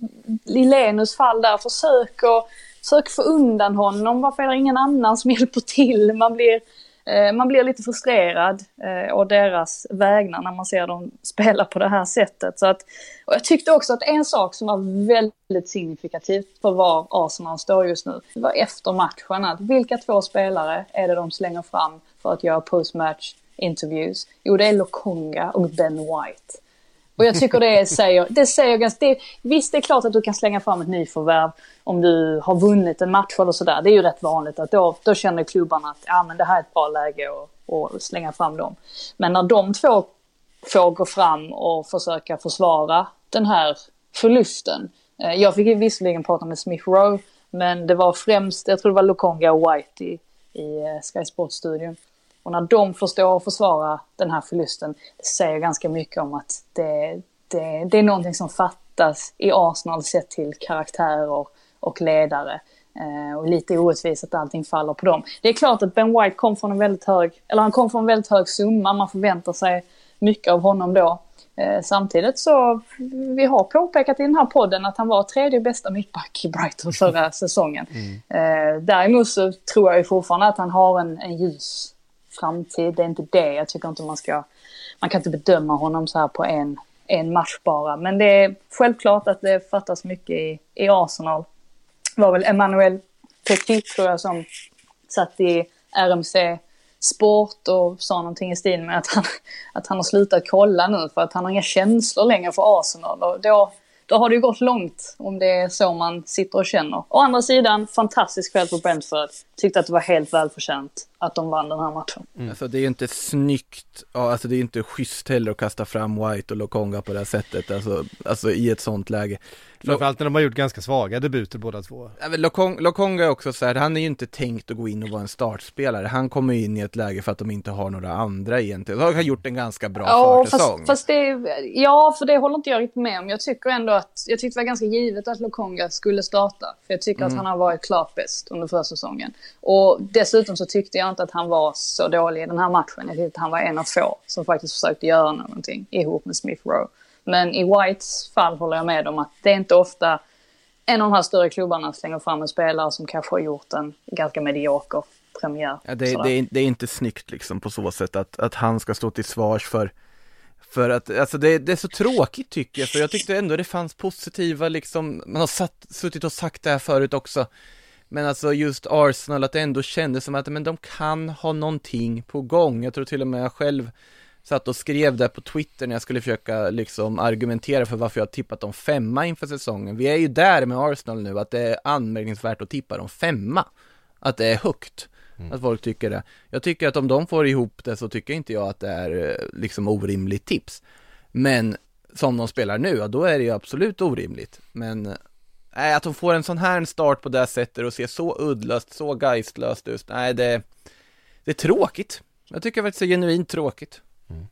E: i Lenus fall där, försöker, försöker få undan honom. Varför är det ingen annan som hjälper till? Man blir, eh, man blir lite frustrerad eh, och deras vägnar när man ser dem spela på det här sättet. Så att, och jag tyckte också att en sak som var väldigt signifikativt för var Arsenal står just nu, det var efter matchen, att vilka två spelare är det de slänger fram för att göra postmatch interviews? Jo, det är Lokonga och Ben White. Och jag tycker det säger, det säger ganska, det, visst det är klart att du kan slänga fram ett nyförvärv om du har vunnit en match eller sådär. Det är ju rätt vanligt att då, då känner klubbarna att ja, men det här är ett bra läge att, att slänga fram dem. Men när de två får gå fram och försöka försvara den här förlusten. Jag fick ju visserligen prata med Smith Rowe, men det var främst, jag tror det var Lokonga och White i, i Sky Sports-studion. Och när de förstår att försvara den här förlusten, det säger ganska mycket om att det, det, det är någonting som fattas i Arsenal sett till karaktärer och ledare. Eh, och lite orättvist att allting faller på dem. Det är klart att Ben White kom från en väldigt hög, eller han kom från en väldigt hög summa, man förväntar sig mycket av honom då. Eh, samtidigt så, vi har påpekat i den här podden att han var tredje bästa mittback i Brighton förra säsongen. Mm. Eh, däremot så tror jag ju fortfarande att han har en, en ljus framtid. Det är inte det. Jag tycker inte man ska, man kan inte bedöma honom så här på en, en match bara. Men det är självklart att det fattas mycket i, i Arsenal. Det var väl Emmanuel Petit, tror jag, som satt i R M C Sport och sa någonting i stil med att han, att han har slutat kolla nu för att han har inga känslor längre för Arsenal. Och då, då har det ju gått långt om det är så man sitter och känner. Å andra sidan, fantastisk kväll på Brentford. Tyckte att det var helt välförtjänt att de vann den här matchen.
D: Mm. Alltså det är ju inte snyggt, ja, alltså det är inte schysst heller att kasta fram White och Lokonga på det här sättet, alltså, alltså i ett sånt läge.
C: Framförallt när de har gjort ganska svaga debuter båda två.
D: Ja, men Lokong, Lokonga är också så här, han är ju inte tänkt att gå in och vara en startspelare. Han kommer in i ett läge för att de inte har några andra egentligen. De har gjort en ganska bra
E: ja,
D: försäsong.
E: Fast, fast det, ja, för det håller inte jag riktigt med om. Jag tycker ändå att, jag tyckte det var ganska givet att Lokonga skulle starta. För jag tycker mm. att han har varit klart bäst under förra säsongen. Och dessutom så tyckte jag inte att han var så dålig i den här matchen. Jag tyckte att han var en av få som faktiskt försökte göra någonting ihop med Smith Rowe. Men i Whites fall håller jag med om att det är inte ofta en av de här större klubbarna slänger fram en spelare som kanske har gjort en ganska medioker premiär.
D: Ja, det, det, är, det är inte snyggt liksom på så sätt att, att han ska stå till svars för, för att, alltså det, det är så tråkigt tycker jag, för jag tyckte ändå det fanns positiva liksom, man har satt, suttit och sagt det här förut också, men alltså just Arsenal, att det ändå kändes som att men de kan ha någonting på gång. Jag tror till och med jag själv satt och skrev där på Twitter när jag skulle försöka liksom argumentera för varför jag tippat dem femma inför säsongen. Vi är ju där med Arsenal nu, att det är anmärkningsvärt att tippa dem femma. Att det är högt. Mm. Att folk tycker det. Jag tycker att om de får ihop det så tycker inte jag att det är liksom orimligt tips. Men som de spelar nu, ja, då är det ju absolut orimligt. Men nej, att de får en sån här start på det sättet och ser så uddlöst, så geistlöst ut. Nej, det, det är tråkigt. Jag tycker att det är genuint tråkigt.
C: Mm.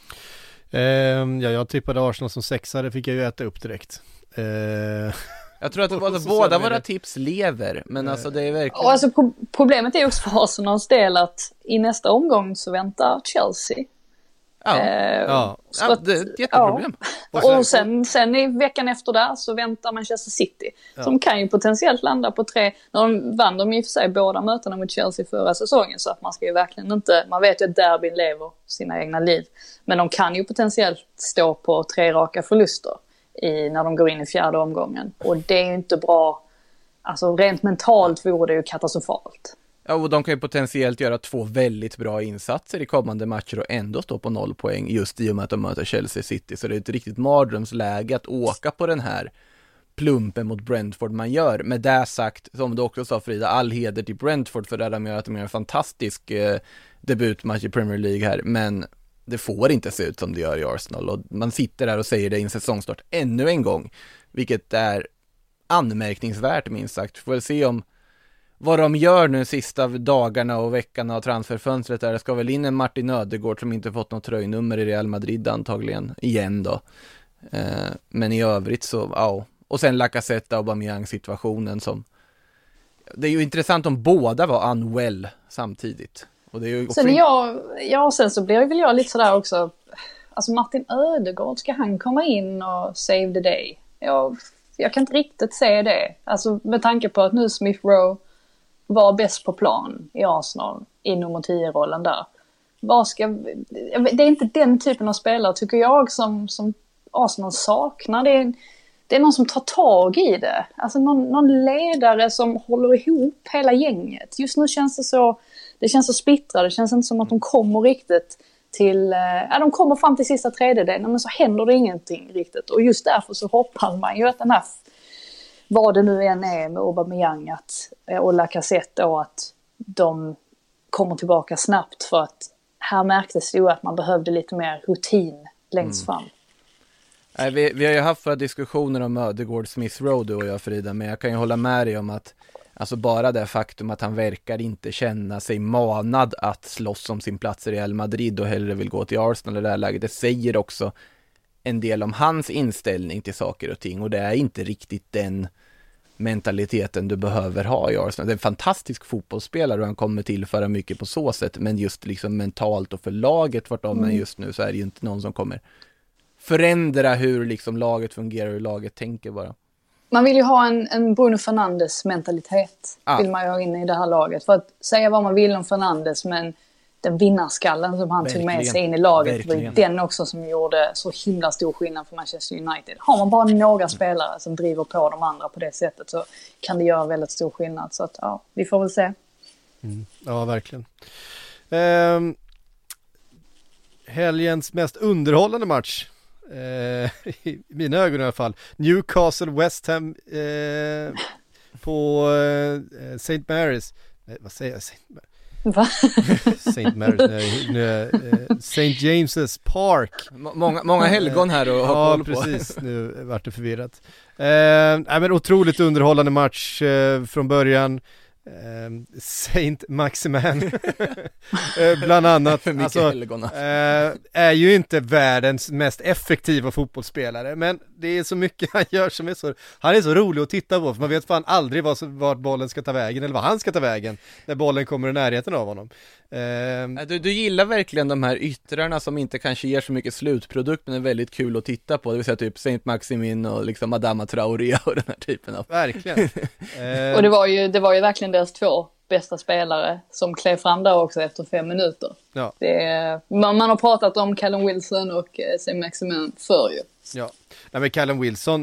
C: Eh, ja, jag tippade Arsenal som sexa, det fick jag ju äta upp direkt. Eh,
D: jag tror att det var, båda våra tips lever, men eh. alltså det är verkligen...
E: Och alltså, pro- problemet är också för Arsenals del att i nästa omgång så väntar Chelsea.
D: Ja,
E: eh,
D: ja.
E: ja
D: Att, det är ett jätteproblem.
E: Ja. Och sen, sen i veckan efter där så väntar Manchester City. Ja. Som kan ju potentiellt landa på tre. När de vann de i och för sig båda mötena mot Chelsea förra säsongen. Så att man ska ju verkligen inte, man vet ju att derbyn lever sina egna liv. Men de kan ju potentiellt stå på tre raka förluster i, när de går in i fjärde omgången. Och det är ju inte bra, alltså rent mentalt vore det ju katastrofalt.
D: Ja, och de kan ju potentiellt göra två väldigt bra insatser i kommande matcher och ändå stå på noll poäng just i och med att de möter Chelsea City. Så det är ett riktigt mardrömsläge att åka på den här plumpen mot Brentford man gör. Med det sagt, som du också sa Frida, all heder till Brentford för det de gör, att de gör en fantastisk eh, debutmatch i Premier League här. Men det får inte se ut som det gör i Arsenal, och man sitter där och säger det i en säsongstart ännu en gång, vilket är anmärkningsvärt minst sagt. Får väl se om vad de gör nu sista dagarna och veckorna av transferfönstret där. Det ska väl in en Martin Ödegaard som inte fått något tröjnummer i Real Madrid antagligen igen då. Eh, men i övrigt så, ja. Och sen Lacazette och Aubameyang-situationen som, det är ju intressant om båda var unwell samtidigt. Och det är ju också...
E: Sen jag, ja, sen så blir väl jag lite sådär också, alltså Martin Ödegaard, ska han komma in och save the day? Jag, jag kan inte riktigt se det. Alltså med tanke på att nu Smith Rowe var bäst på plan i Arsenal i nummer tio-rollen där. Vad ska, det är inte den typen av spelare tycker jag som, som Arsenal saknar. Det är, det är någon som tar tag i det. Alltså någon, någon ledare som håller ihop hela gänget. Just nu känns det så, det känns så splittrat. Det känns inte som att de kommer riktigt till, ja, de kommer fram till sista tredjedelen, men så händer det ingenting riktigt. Och just därför så hoppas man ju att den här, vad det nu än är med Aubameyang att, och Lacazette, och att de kommer tillbaka snabbt, för att här märktes ju att man behövde lite mer rutin längst fram. Mm.
D: Nej, vi, vi har ju haft för diskussioner om Ödegaard, Smith Rowe, du och jag, Frida, men jag kan ju hålla med dig om att alltså bara det faktum att han verkar inte känna sig manad att slåss om sin plats i Real Madrid och hellre vill gå till Arsenal i det här läget, det säger också en del om hans inställning till saker och ting, och det är inte riktigt den mentaliteten du behöver ha i Arsenal. Det är en fantastisk fotbollsspelare och han kommer tillföra mycket på så sätt, men just liksom mentalt och för laget vart de är just nu, så är det ju inte någon som kommer förändra hur liksom laget fungerar och hur laget tänker bara.
E: Man vill ju ha en, en Bruno Fernandes mentalitet,
D: ah. vill
E: man ju ha inne i det här laget. För att säga vad man vill om Fernandes, men den vinnarskallen som han
D: Verkligen.
E: tog med sig in i laget,
D: Verkligen.
E: var den också som gjorde så himla stor skillnad för Manchester United. Har man bara några spelare som driver på de andra på det sättet, så kan det göra väldigt stor skillnad. Så att, ja, vi får väl se.
C: Mm. Ja, verkligen. Um, helgens mest underhållande match, uh, i mina ögon i alla fall, Newcastle West Ham uh, på uh, Saint Mary's. Nej, vad säger jag? Saint Mary's?
E: Va?
C: Saint Mary's, nu, uh, Saint James's Park.
D: M- många, många helgon här och
C: ja,
D: koll på.
C: precis, nu vart det förvirrat. Uh, nej, men otroligt underhållande match uh, från början. Uh, Saint Maximan uh, bland annat, alltså, uh, är ju inte världens mest effektiva fotbollsspelare, men det är så mycket han gör som är så, han är så rolig att titta på, för man vet fan aldrig vart var bollen ska ta vägen eller vad han ska ta vägen när bollen kommer i närheten av honom. Uh,
D: du, du gillar verkligen de här yttrarna som inte kanske ger så mycket slutprodukt, men är väldigt kul att titta på, det vill säga typ Saint Maximin och liksom Adama Traoré och den här typen av.
C: Verkligen. uh,
E: Och det var ju, det var ju verkligen deras två bästa spelare som klev fram där också efter fem minuter.
C: Ja.
E: Det är, man, man har pratat om Callum Wilson och eh, Saint Maximin för ju.
C: Ja, nej, men Callum Wilson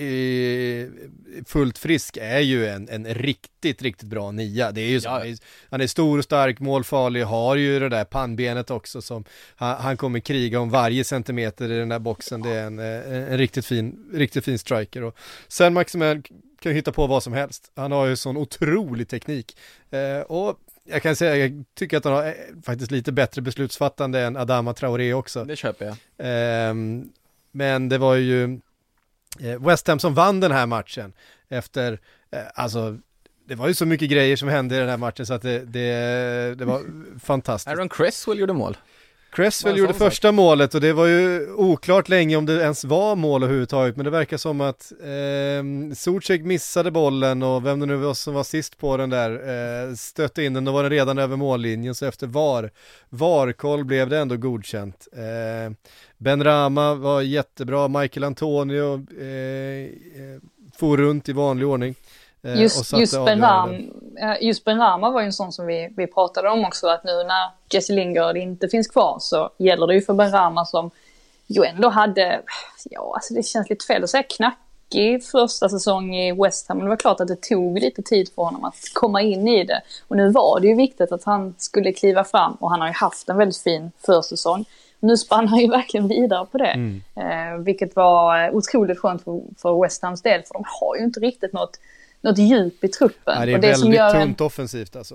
C: eh, fullt frisk är ju en, en riktigt, riktigt bra nia. Det är ju så, ja. Han är stor och stark, målfarlig, har ju det där pannbenet också som han, han kommer kriga om varje centimeter i den där boxen. Det är en, en, en riktigt fin, riktigt fin striker. Och sen Maximin kan hitta på vad som helst. Han har ju sån otrolig teknik. Eh, och jag kan säga, jag tycker att han har faktiskt lite bättre beslutsfattande än Adama Traoré också.
D: Det köper jag.
C: Eh, Men det var ju West Ham som vann den här matchen efter, alltså det var ju så mycket grejer som hände i den här matchen så att det, det, det var fantastiskt.
D: Aaron Cresswell gjorde mål.
C: Cresswell gjorde första målet och det var ju oklart länge om det ens var mål överhuvudtaget, men det verkar som att eh, Souček missade bollen och vem det nu var som var sist på den där eh, stötte in den, då var den redan över mållinjen, så efter var varkoll blev det ändå godkänt. Eh, Benrahma var jättebra, Michael Antonio eh, for runt i vanlig ordning.
E: Just, just, Benrahma, just Benrahma var ju en sån som vi, vi pratade om också, att nu när Jesse Lingard inte finns kvar så gäller det ju för Benrahma, som ju ändå hade, ja alltså det känns lite fel att säga knackig första säsong i West Ham, men det var klart att det tog lite tid för honom att komma in i det, och nu var det ju viktigt att han skulle kliva fram, och han har ju haft en väldigt fin försäsong. Nu spann han ju verkligen vidare på det, mm. eh, vilket var otroligt skönt för, för West Hams del, för de har ju inte riktigt något något djup i truppen.
C: Ja, det är
E: och det
C: väldigt
E: som gör
C: tunt
E: en...
C: offensivt alltså.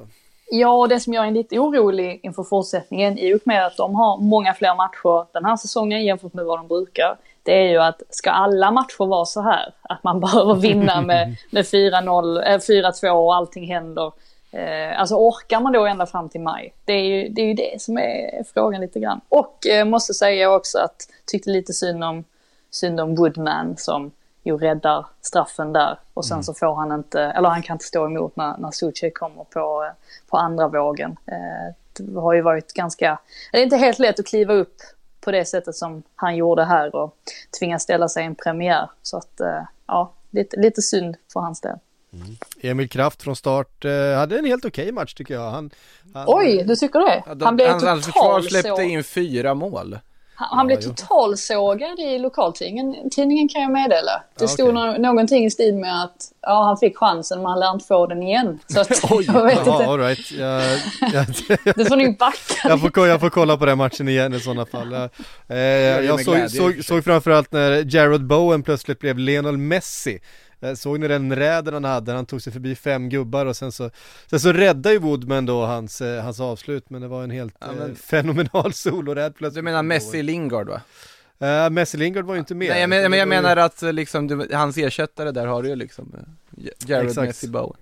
E: Ja, det som gör en lite orolig inför fortsättningen i och med att de har många fler matcher den här säsongen jämfört med vad de brukar. Det är ju att ska alla matcher vara så här? Att man behöver vinna med, med fyra noll, äh, fyra två och allting händer. Eh, alltså orkar man då ända fram till maj? Det är ju det, är ju det som är frågan lite grann. Och eh, måste säga också att tyckte lite synd om, synd om Woodman som ju räddar straffen där. Och sen mm. så får han inte, eller han kan inte stå emot när, när Suchek kommer på, på andra vågen. Eh, det har ju varit ganska, det är inte helt lätt att kliva upp på det sättet som han gjorde här och tvingas ställa sig i en premiär. Så att, eh, ja, lite, lite synd för hans del.
C: Mm. Emil Kraft från start eh, hade en helt okej match tycker jag. Han, han,
E: Oj, du tycker det?
D: Ja, de, han blev totalt försvar släppte in fyra mål.
E: Han, han blev totalsågad i lokaltidningen. Tidningen kan jag meddela. Det
C: ja,
E: stod
C: okay.
E: no- någonting i stil med att ja, han fick chansen men han lär inte få den igen. Så att,
C: Oj,
E: jag vet
C: ja,
E: inte.
C: All right. jag, jag,
E: du får nog backa.
C: jag, får, jag får kolla på den matchen igen i sådana fall. Jag, eh, jag, jag såg, såg, såg framförallt när Jared Bowen plötsligt blev Lionel Messi. Såg ni den räden han hade? Han tog sig förbi fem gubbar och sen så, sen så räddade ju Woodman då hans, hans avslut, men det var en helt ja, men, eh, fenomenal solorädd plötsligt.
D: Du menar Messi Lingard va?
C: Uh, Messi Lingard var ju inte med.
D: Nej, men, men jag menar ju... att liksom, du, hans ersättare där har du ju liksom Jared Exakt. Messi Bowen.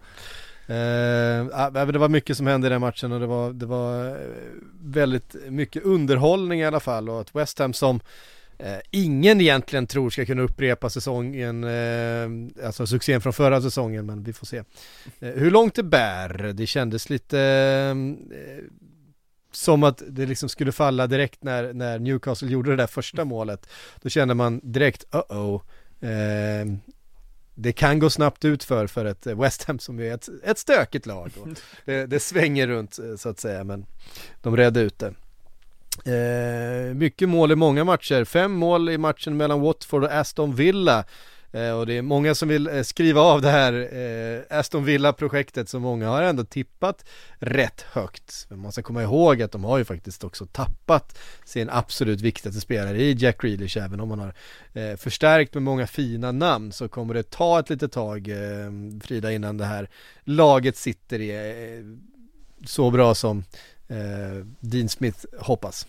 C: Uh, ja, det var mycket som hände i den matchen och det var, det var väldigt mycket underhållning i alla fall, och att West Ham som Eh, ingen egentligen tror ska kunna upprepa säsongen, eh, alltså succén från förra säsongen, men vi får se eh, hur långt det bär. Det kändes lite eh, som att det liksom skulle falla direkt när, när Newcastle gjorde det där första målet. Då kände man direkt, uh-oh eh, det kan gå snabbt ut för, för ett West Ham som är ett, ett stökigt lag och det, det svänger runt så att säga, men de redde ut det. Eh, mycket mål i många matcher. Fem mål i matchen mellan Watford och Aston Villa. Eh, och det är många som vill eh, skriva av det här eh, Aston Villa-projektet som många har ändå tippat rätt högt. Men man ska komma ihåg att de har ju faktiskt också tappat sin absolut viktigaste spelare i Jack Grealish. Även om man har eh, förstärkt med många fina namn så kommer det ta ett litet tag, eh, Frida, innan det här laget sitter i eh, så bra som Eh, Dean Smith hoppas.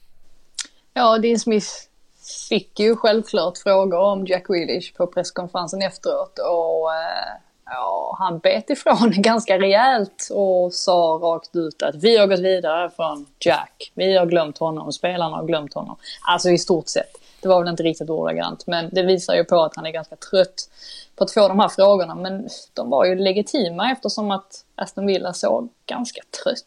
E: Ja, Dean Smith fick ju självklart frågor om Jack Grealish på presskonferensen efteråt och eh, ja, han bet ifrån ganska rejält och sa rakt ut att vi har gått vidare från Jack, vi har glömt honom, spelarna har glömt honom. Alltså i stort sett, det var väl inte riktigt ordagrant, men det visar ju på att han är ganska trött på att få de här frågorna, men de var ju legitima eftersom att Aston Villa såg ganska trött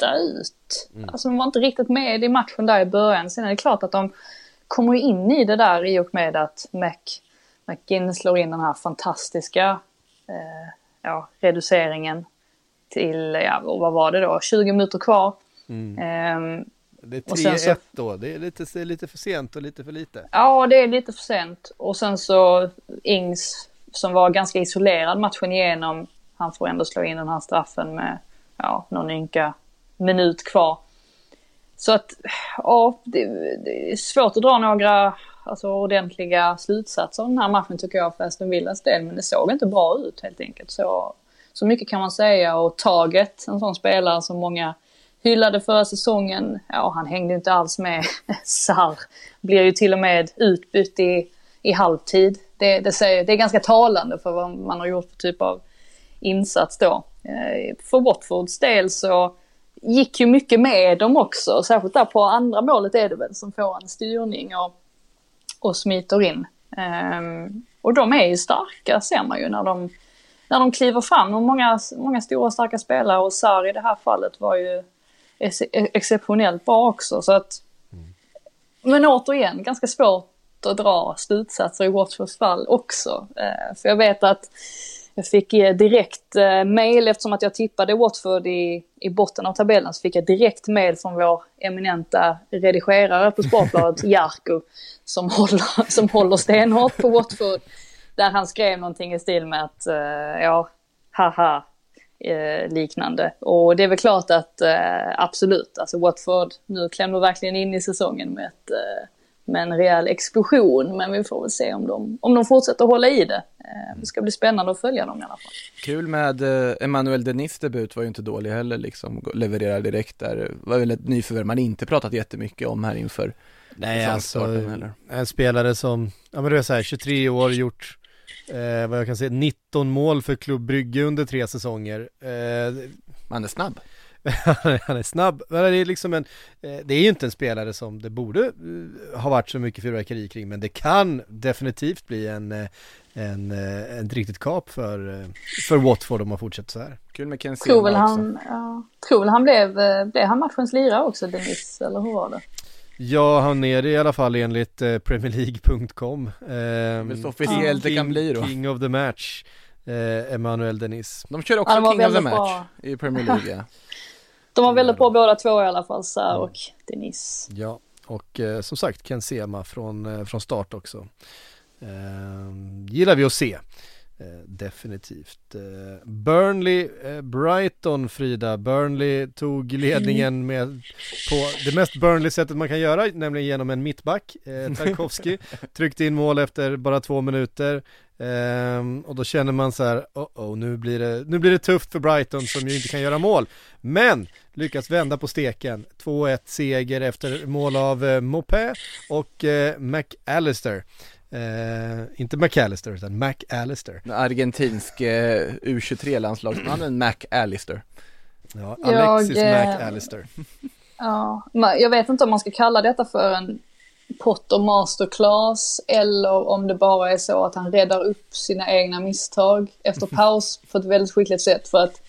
E: ut. Mm. Alltså de var inte riktigt med i matchen där i början. Sen är det klart att de kommer in i det där i och med att Mac, McGinn slår in den här fantastiska eh, ja, reduceringen till, ja, vad var det då? tjugo minuter kvar.
C: Mm.
E: Eh,
C: det är tre ett så, då. Det är lite, det är lite för sent och lite för lite.
E: Ja, det är lite för sent. Och sen så Ings som var ganska isolerad matchen igenom, han får ändå slå in den här straffen med ja, någon ynka minut kvar. Så att ja, det, det är svårt att dra några alltså, ordentliga slutsatser av den här matchen tycker jag för Aston Villas del, men det såg inte bra ut helt enkelt. Så, så mycket kan man säga, och taget, en sån spelare som många hyllade förra säsongen, ja han hängde inte alls med. Sarr blir ju till och med utbytt i, i halvtid. Det, det, säger, det är ganska talande för vad man har gjort för typ av insats då. För Watfords del så gick ju mycket med dem också. Särskilt där på andra målet är det väl som får en styrning och, och smiter in. Um, och de är ju starka ser man ju när de, när de kliver fram. Och många, många stora starka spelare, och Sarr i det här fallet var ju ex- exceptionellt bra också. Så att, mm. Men återigen, ganska svårt att dra slutsatser i Watfords fall också. Uh, för jag vet att jag fick direkt eh, mail eftersom att jag tippade Watford i, i botten av tabellen, så fick jag direkt mail från vår eminenta redigerare på Sportbladet, Jarko, som håller, som håller stenhårt på Watford. Där han skrev någonting i stil med att, eh, ja, haha, eh, liknande. Och det är väl klart att eh, absolut, alltså Watford nu klämmer verkligen in i säsongen med ett, eh, med en rejäl explosion. Men vi får väl se om de, om de fortsätter hålla i det. Det ska bli spännande att följa dem i alla fall.
D: Kul med eh, Emmanuel Dennis debut var ju inte dålig heller, liksom levererar direkt där. Det var väl ett nyförvärv man inte pratat jättemycket om här inför.
C: Nej, alltså en spelare som, ja men det är så här, tjugotre år, gjort eh, vad jag kan säga, nitton mål för Klubb Brygge under tre säsonger. Eh,
D: Man är snabb.
C: Han är snabb, men det är liksom en, det är ju inte en spelare som det borde ha varit så mycket fyrverkeri kring, men det kan definitivt bli en, en, en riktigt kap för, för Watford om man fortsätter så här.
D: Kul med Ken
E: Tror väl han, ja, tror väl han blev, blev han matchens lirare också, Dennis, eller hur var det?
C: Ja, han är det i alla fall enligt eh, Premier League punkt com.
D: Eh, så officiellt det kan bli då.
C: King of the match, eh, Emmanuel Dennis.
D: De kör också
E: ja,
D: King of the match
E: bra.
D: I Premier League. Ja.
E: De var väldigt bra båda två i alla fall, Sarr mm. och Dennis.
C: Ja, och eh, som sagt Ken Sema från, eh, från start också. Eh, gillar vi att se. Eh, definitivt. Eh, Burnley, eh, Brighton, Frida. Burnley tog ledningen med på det mest Burnley-sättet man kan göra, nämligen genom en mittback. Eh, Tarkovsky tryckte in mål efter bara två minuter. Um, och då känner man så här, oh, oh, nu blir det nu blir det tufft för Brighton som ju inte kan göra mål, men lyckas vända på steken. Två ett seger efter mål av uh, Mopé och uh, McAllister. Uh, inte McAllister utan McAllister.
D: Den argentinske uh, U tjugotre-landslagsmannen McAllister.
C: Ja, Alexis
E: jag,
C: McAllister.
E: Ja, jag vet inte om man ska kalla detta för en Potter masterclass eller om det bara är så att han räddar upp sina egna misstag efter paus på ett väldigt skickligt sätt, för att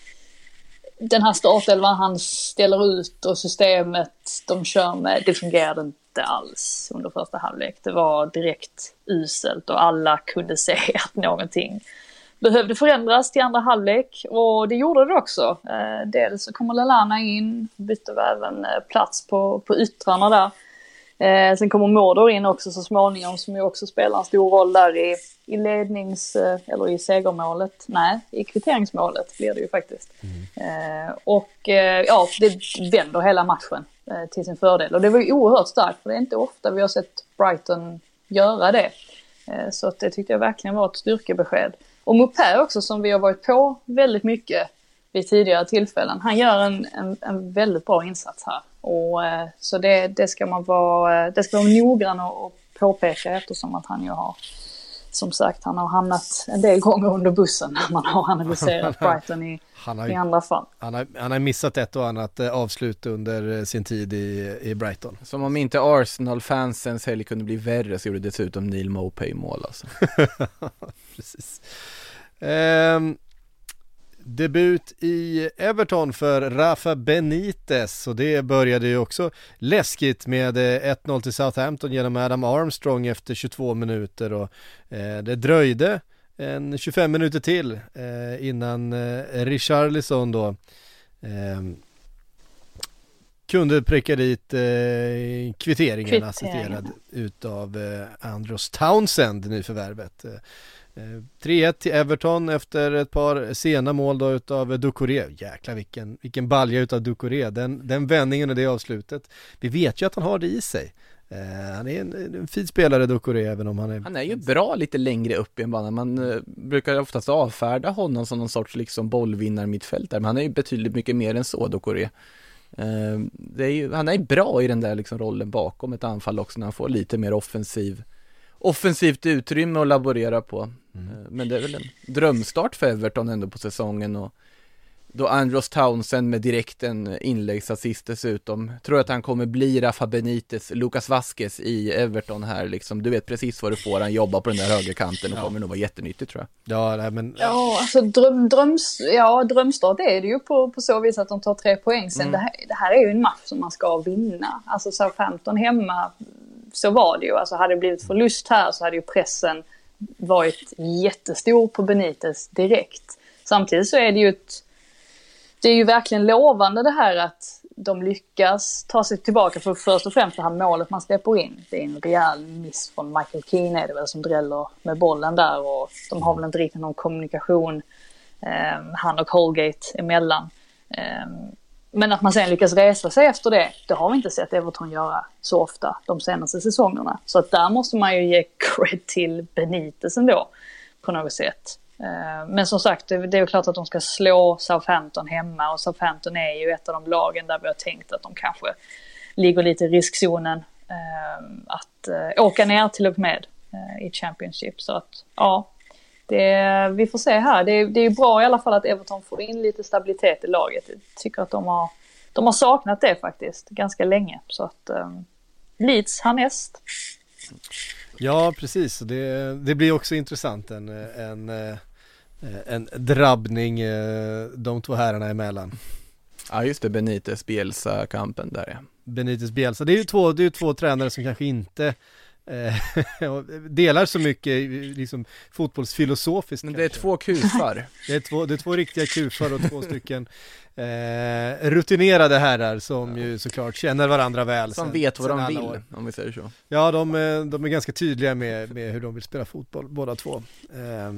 E: den här startelvan han ställer ut och systemet de kör med, det fungerade inte alls under första halvlek. Det var direkt uselt och alla kunde se att någonting behövde förändras till andra halvlek, och det gjorde det också. Dels så kommer Lallana in, bytte även plats på, på yttrarna där. Eh, sen kommer Mordor in också så småningom, som ju också spelar en stor roll där i, i lednings, eh, eller i segermålet. Nej, i kvitteringsmålet blir det ju faktiskt. Mm. Eh, och eh, ja, det vänder hela matchen eh, till sin fördel. Och det var ju oerhört starkt, för det är inte ofta vi har sett Brighton göra det. Eh, så att det tyckte jag verkligen var ett styrkebesked. Och Mopé också, som vi har varit på väldigt mycket vid tidigare tillfällen. Han gör en, en, en väldigt bra insats här. Och, eh, så det, det ska man vara, det ska vara noggrann och, och påpeka, eftersom att han ju har, som sagt, han har hamnat en del gånger under bussen när man har analyserat Brighton i, har, i andra fall.
C: Han har, han har missat ett och annat avslut under sin tid i, i Brighton.
D: Som om inte Arsenal-fansens helg kunde bli värre, så gjorde dessutom Neil Mopé mål alltså.
C: Precis. Um, Debut i Everton för Rafa Benitez, och det började ju också läskigt med ett noll till Southampton genom Adam Armstrong efter tjugotvå minuter, och eh, det dröjde en tjugofem minuter till eh, innan eh, Richarlison då eh, kunde pricka dit eh, kvitteringen, kvitteringen assisterad utav eh, Andros Townsend, nyförvärvet. Eh, tre ett till Everton efter ett par sena mål då utav Doucouré. Jäklar vilken, vilken balja utav Doucouré. Den, den vändningen och det avslutet. Vi vet ju att han har det i sig. Uh, han är en, en fin spelare, Doucouré, även om han är...
D: Han är ju bra lite längre upp i en bana. Man uh, brukar oftast avfärda honom som någon sorts liksom bollvinnar mittfältare. Men han är ju betydligt mycket mer än så, Doucouré. Uh, det är ju, han är bra i den där liksom rollen bakom ett anfall också, när han får lite mer offensiv offensivt utrymme att laborera på. Mm. Men det är väl en drömstart för Everton ändå på säsongen, och då Andros Townsend med direkt en inläggsassist dessutom. Tror att han kommer bli Rafa Benitez, Lucas Vazquez i Everton här liksom. Du vet precis vad du får, han jobbar på den där högerkanten och ja. kommer nog vara jättenyttigt, tror jag.
C: Ja, nej, men...
E: ja alltså dröm, dröms, ja, drömstart är det ju på, på så vis att de tar tre poäng sen. Mm. Det, här, det här är ju en match som man ska vinna. Alltså Southampton hemma, så var det ju. Alltså hade det blivit förlust här så hade ju pressen varit jättestor på Benitez direkt. Samtidigt så är det ju ett, det är ju verkligen lovande det här att de lyckas ta sig tillbaka, för först och främst det här målet man släpper in. Det är en rejäl miss från Michael Keane, är det väl, som dräller med bollen där, och de har väl inte riktigt någon kommunikation eh, han och Holgate emellan. Eh, Men att man sen lyckas resa sig efter det, det har vi inte sett Everton göra så ofta de senaste säsongerna. Så att där måste man ju ge cred till Benitez ändå på något sätt. Men som sagt, det är ju klart att de ska slå Southampton hemma, och Southampton är ju ett av de lagen där vi har tänkt att de kanske ligger lite i riskzonen att åka ner till och med i Championship. Så att ja, det, vi får se här. Det, det är bra i alla fall att Everton får in lite stabilitet i laget. Jag tycker att de har, de har saknat det faktiskt ganska länge. Så att um, Leeds härnäst.
C: Ja, precis. Det, det blir också intressant en, en, en drabbning de två herrarna emellan.
D: Ja, just det, Benitez Bielsa-kampen där, ja.
C: Benitez Bielsa. Det är ju två, det är ju två tränare som kanske inte eh, delar så mycket liksom, fotbollsfilosofiskt.
D: Men
C: kanske.
D: det är två kufar.
C: det, är två, det är två riktiga kufar och två stycken eh, rutinerade herrar som ja. ju såklart känner varandra väl.
D: Som
C: sen,
D: vet vad de vill,
C: år.
D: om vi säger så.
C: Ja, de, de är ganska tydliga med, med hur de vill spela fotboll, båda två. Eh,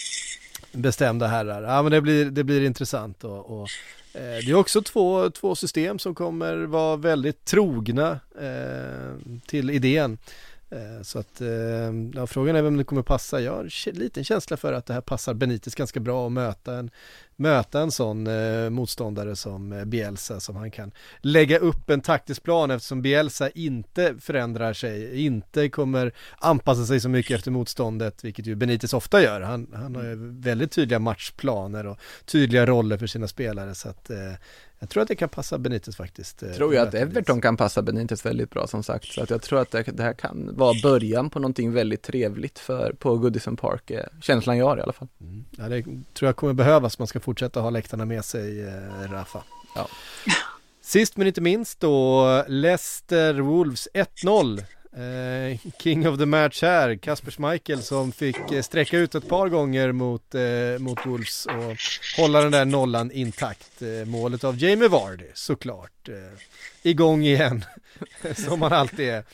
C: bestämda herrar. Ja, men det blir, det blir intressant och, och det är också två, två system som kommer vara väldigt trogna eh, till idén. Eh, så att eh, ja, frågan är vem det kommer passa. Jag har en liten känsla för att det här passar Benitez ganska bra att möta en, möta en sån eh, motståndare som eh, Bielsa, som han kan lägga upp en taktisk plan, eftersom Bielsa inte förändrar sig, inte kommer anpassa sig så mycket efter motståndet, vilket ju Benitez ofta gör. Han, han har ju väldigt tydliga matchplaner och tydliga roller för sina spelare, så att eh, jag tror att det kan passa Benitez faktiskt.
D: Jag tror ju att Everton kan passa Benitez väldigt bra, som sagt. Så att jag tror att det, det här kan vara början på någonting väldigt trevligt för, på Goodison Park. Känslan jag har i alla fall. Mm.
C: Ja, det tror jag kommer behövas. Man ska fortsätta ha läktarna med sig, eh, Rafa.
D: Ja.
C: Sist men inte minst då, Leicester Wolves ett noll. Eh, King of the match här, Kasper Schmeichel, som fick eh, sträcka ut ett par gånger mot, eh, mot Wolves och hålla den där nollan intakt. Eh, målet av Jamie Vardy, såklart. Eh, igång igen, som han alltid är.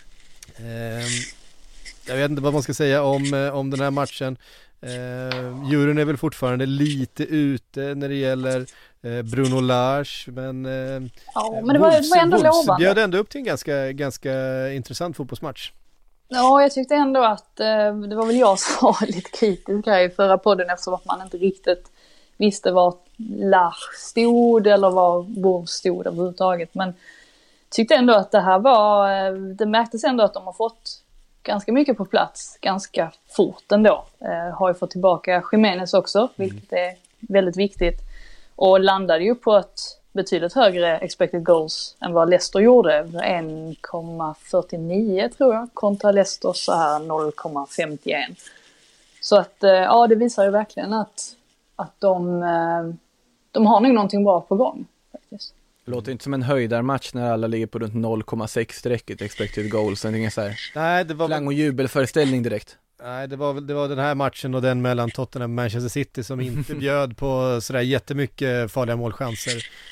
C: Eh, jag vet inte vad man ska säga om, eh, om den här matchen. Eh, juryn är väl fortfarande lite ute när det gäller eh, Bruno Lage, men, eh,
E: ja, men det var, Wolves, det var ändå
C: Wolves
E: lovande.
C: bjöd ändå upp till en ganska, ganska intressant fotbollsmatch.
E: Ja, jag tyckte ändå att eh, det var väl jag som var lite kritisk här i förra podden, eftersom att man inte riktigt visste var Lage stod eller var Wolves stod överhuvudtaget, men tyckte ändå att det här var, eh, det märktes ändå att de har fått ganska mycket på plats, ganska fort ändå. Eh, har ju fått tillbaka Jimenez också, vilket är väldigt viktigt. Och landade ju på ett betydligt högre expected goals än vad Leicester gjorde. en komma fyrtionio tror jag, kontra Leicester så här noll komma femtioen. Så att, eh, ja, det visar ju verkligen att, att de, eh, de har nog någonting bra på gång faktiskt.
D: Det låter inte som en höjdarmatch när alla ligger på runt noll komma sex strecket expected goals. Inga så här
C: Nej, det var
D: klang och jubelföreställning direkt.
C: Nej, det var väl det var den här matchen och den mellan Tottenham och Manchester City som inte bjöd på sådär jättemycket farliga målchanser.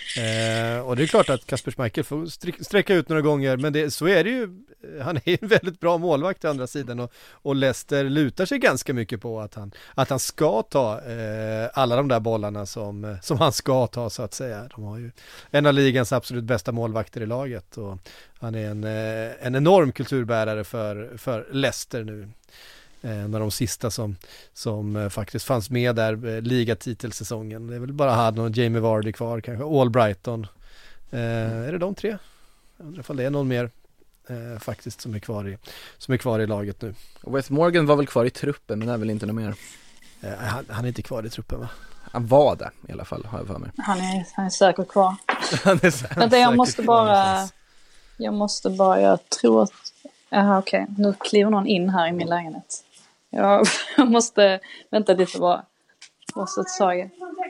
C: Eh, och det är klart att Kasper Schmeichel får sträcka ut några gånger, men det, så är det ju. Han är en väldigt bra målvakt å andra sidan, och, och Leicester lutar sig ganska mycket på att han, att han ska ta eh, alla de där bollarna som, som han ska ta, så att säga. De har ju en av ligans absolut bästa målvakter i laget, och han är en, eh, en enorm kulturbärare för, för Leicester nu. En av de sista som, som faktiskt fanns med där ligatitelsäsongen. Det är väl bara han och Jamie Vardy kvar, kanske Albrighton. Eh, är det de tre? Jag undrar ifall det är någon mer eh, faktiskt som är kvar i som är kvar i laget nu.
D: Wes Morgan var väl kvar i truppen, men det är väl inte något mer.
C: Eh, han, han är inte kvar i truppen, va?
D: Han var det i alla fall, har jag för mig.
E: Han är, han är säkert kvar.
D: han är säkert
E: Vänta, jag måste bara
C: någonstans.
E: jag måste bara, jag tror att aha, okej, okay. Nu kliver någon in här i min lägenhet. Jag måste vänta lite bara. Måste säga. Hi.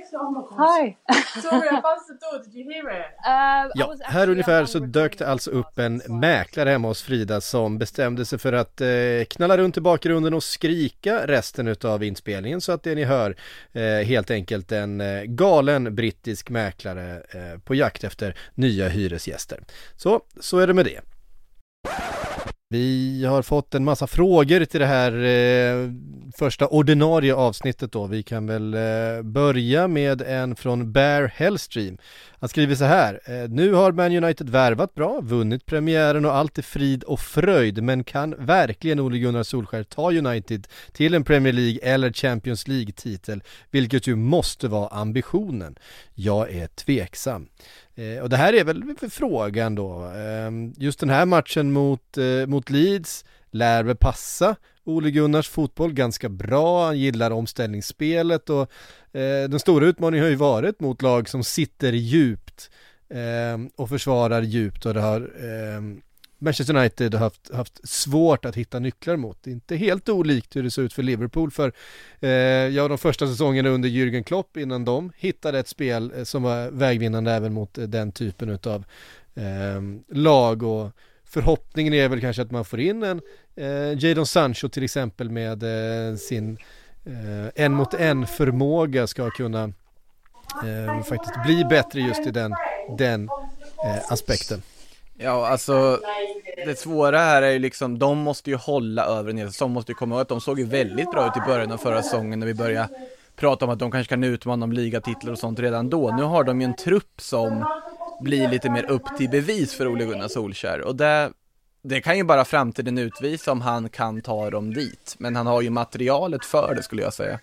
F: Sorry, I buzzed the door. Did you hear it?
C: Ja, här ungefär så dök det alltså upp en mäklare hemma hos Frida som bestämde sig för att eh, knalla runt i bakgrunden och skrika resten av inspelningen, så att det ni hör eh, helt enkelt en eh, galen brittisk mäklare eh, på jakt efter nya hyresgäster. Så, så är det med det. Vi har fått en massa frågor till det här eh, första ordinarie avsnittet då. Vi kan väl eh, börja med en från Bear Hellstream. Han skriver så här: eh, nu har Man United värvat bra, vunnit premiären och allt är frid och fröjd, men kan verkligen Ole Gunnar Solskjær ta United till en Premier League eller Champions League-titel, vilket ju måste vara ambitionen? Jag är tveksam. Eh, och det här är väl frågan då. Eh, just den här matchen mot, eh, mot Leeds lär väl passa Ole Gunnars fotboll ganska bra. Han gillar omställningsspelet och eh, den stora utmaningen har ju varit mot lag som sitter djupt eh, och försvarar djupt, och det har eh, Manchester United har haft, haft svårt att hitta nycklar mot. Det är inte helt olikt hur det ser ut för Liverpool, för eh, ja, de första säsongerna under Jürgen Klopp, innan de hittade ett spel eh, som var vägvinnande även mot eh, den typen av eh, lag, och förhoppningen är väl kanske att man får in en eh, Jadon Sancho till exempel med eh, sin eh, en mot en förmåga ska kunna eh, faktiskt bli bättre just i den, den eh, aspekten.
D: Ja, alltså det svåra här är ju liksom, de måste ju hålla över en hel säsong, måste ju komma ihåg att de såg ju väldigt bra ut i början av förra säsongen när vi började prata om att de kanske kan utmana om ligatitlar och sånt redan då. Nu har de ju en trupp som blir lite mer upp till bevis för Ole Gunnar Solskjær, och det, det kan ju bara framtiden utvisa om han kan ta dem dit, men han har ju materialet för det, skulle jag säga.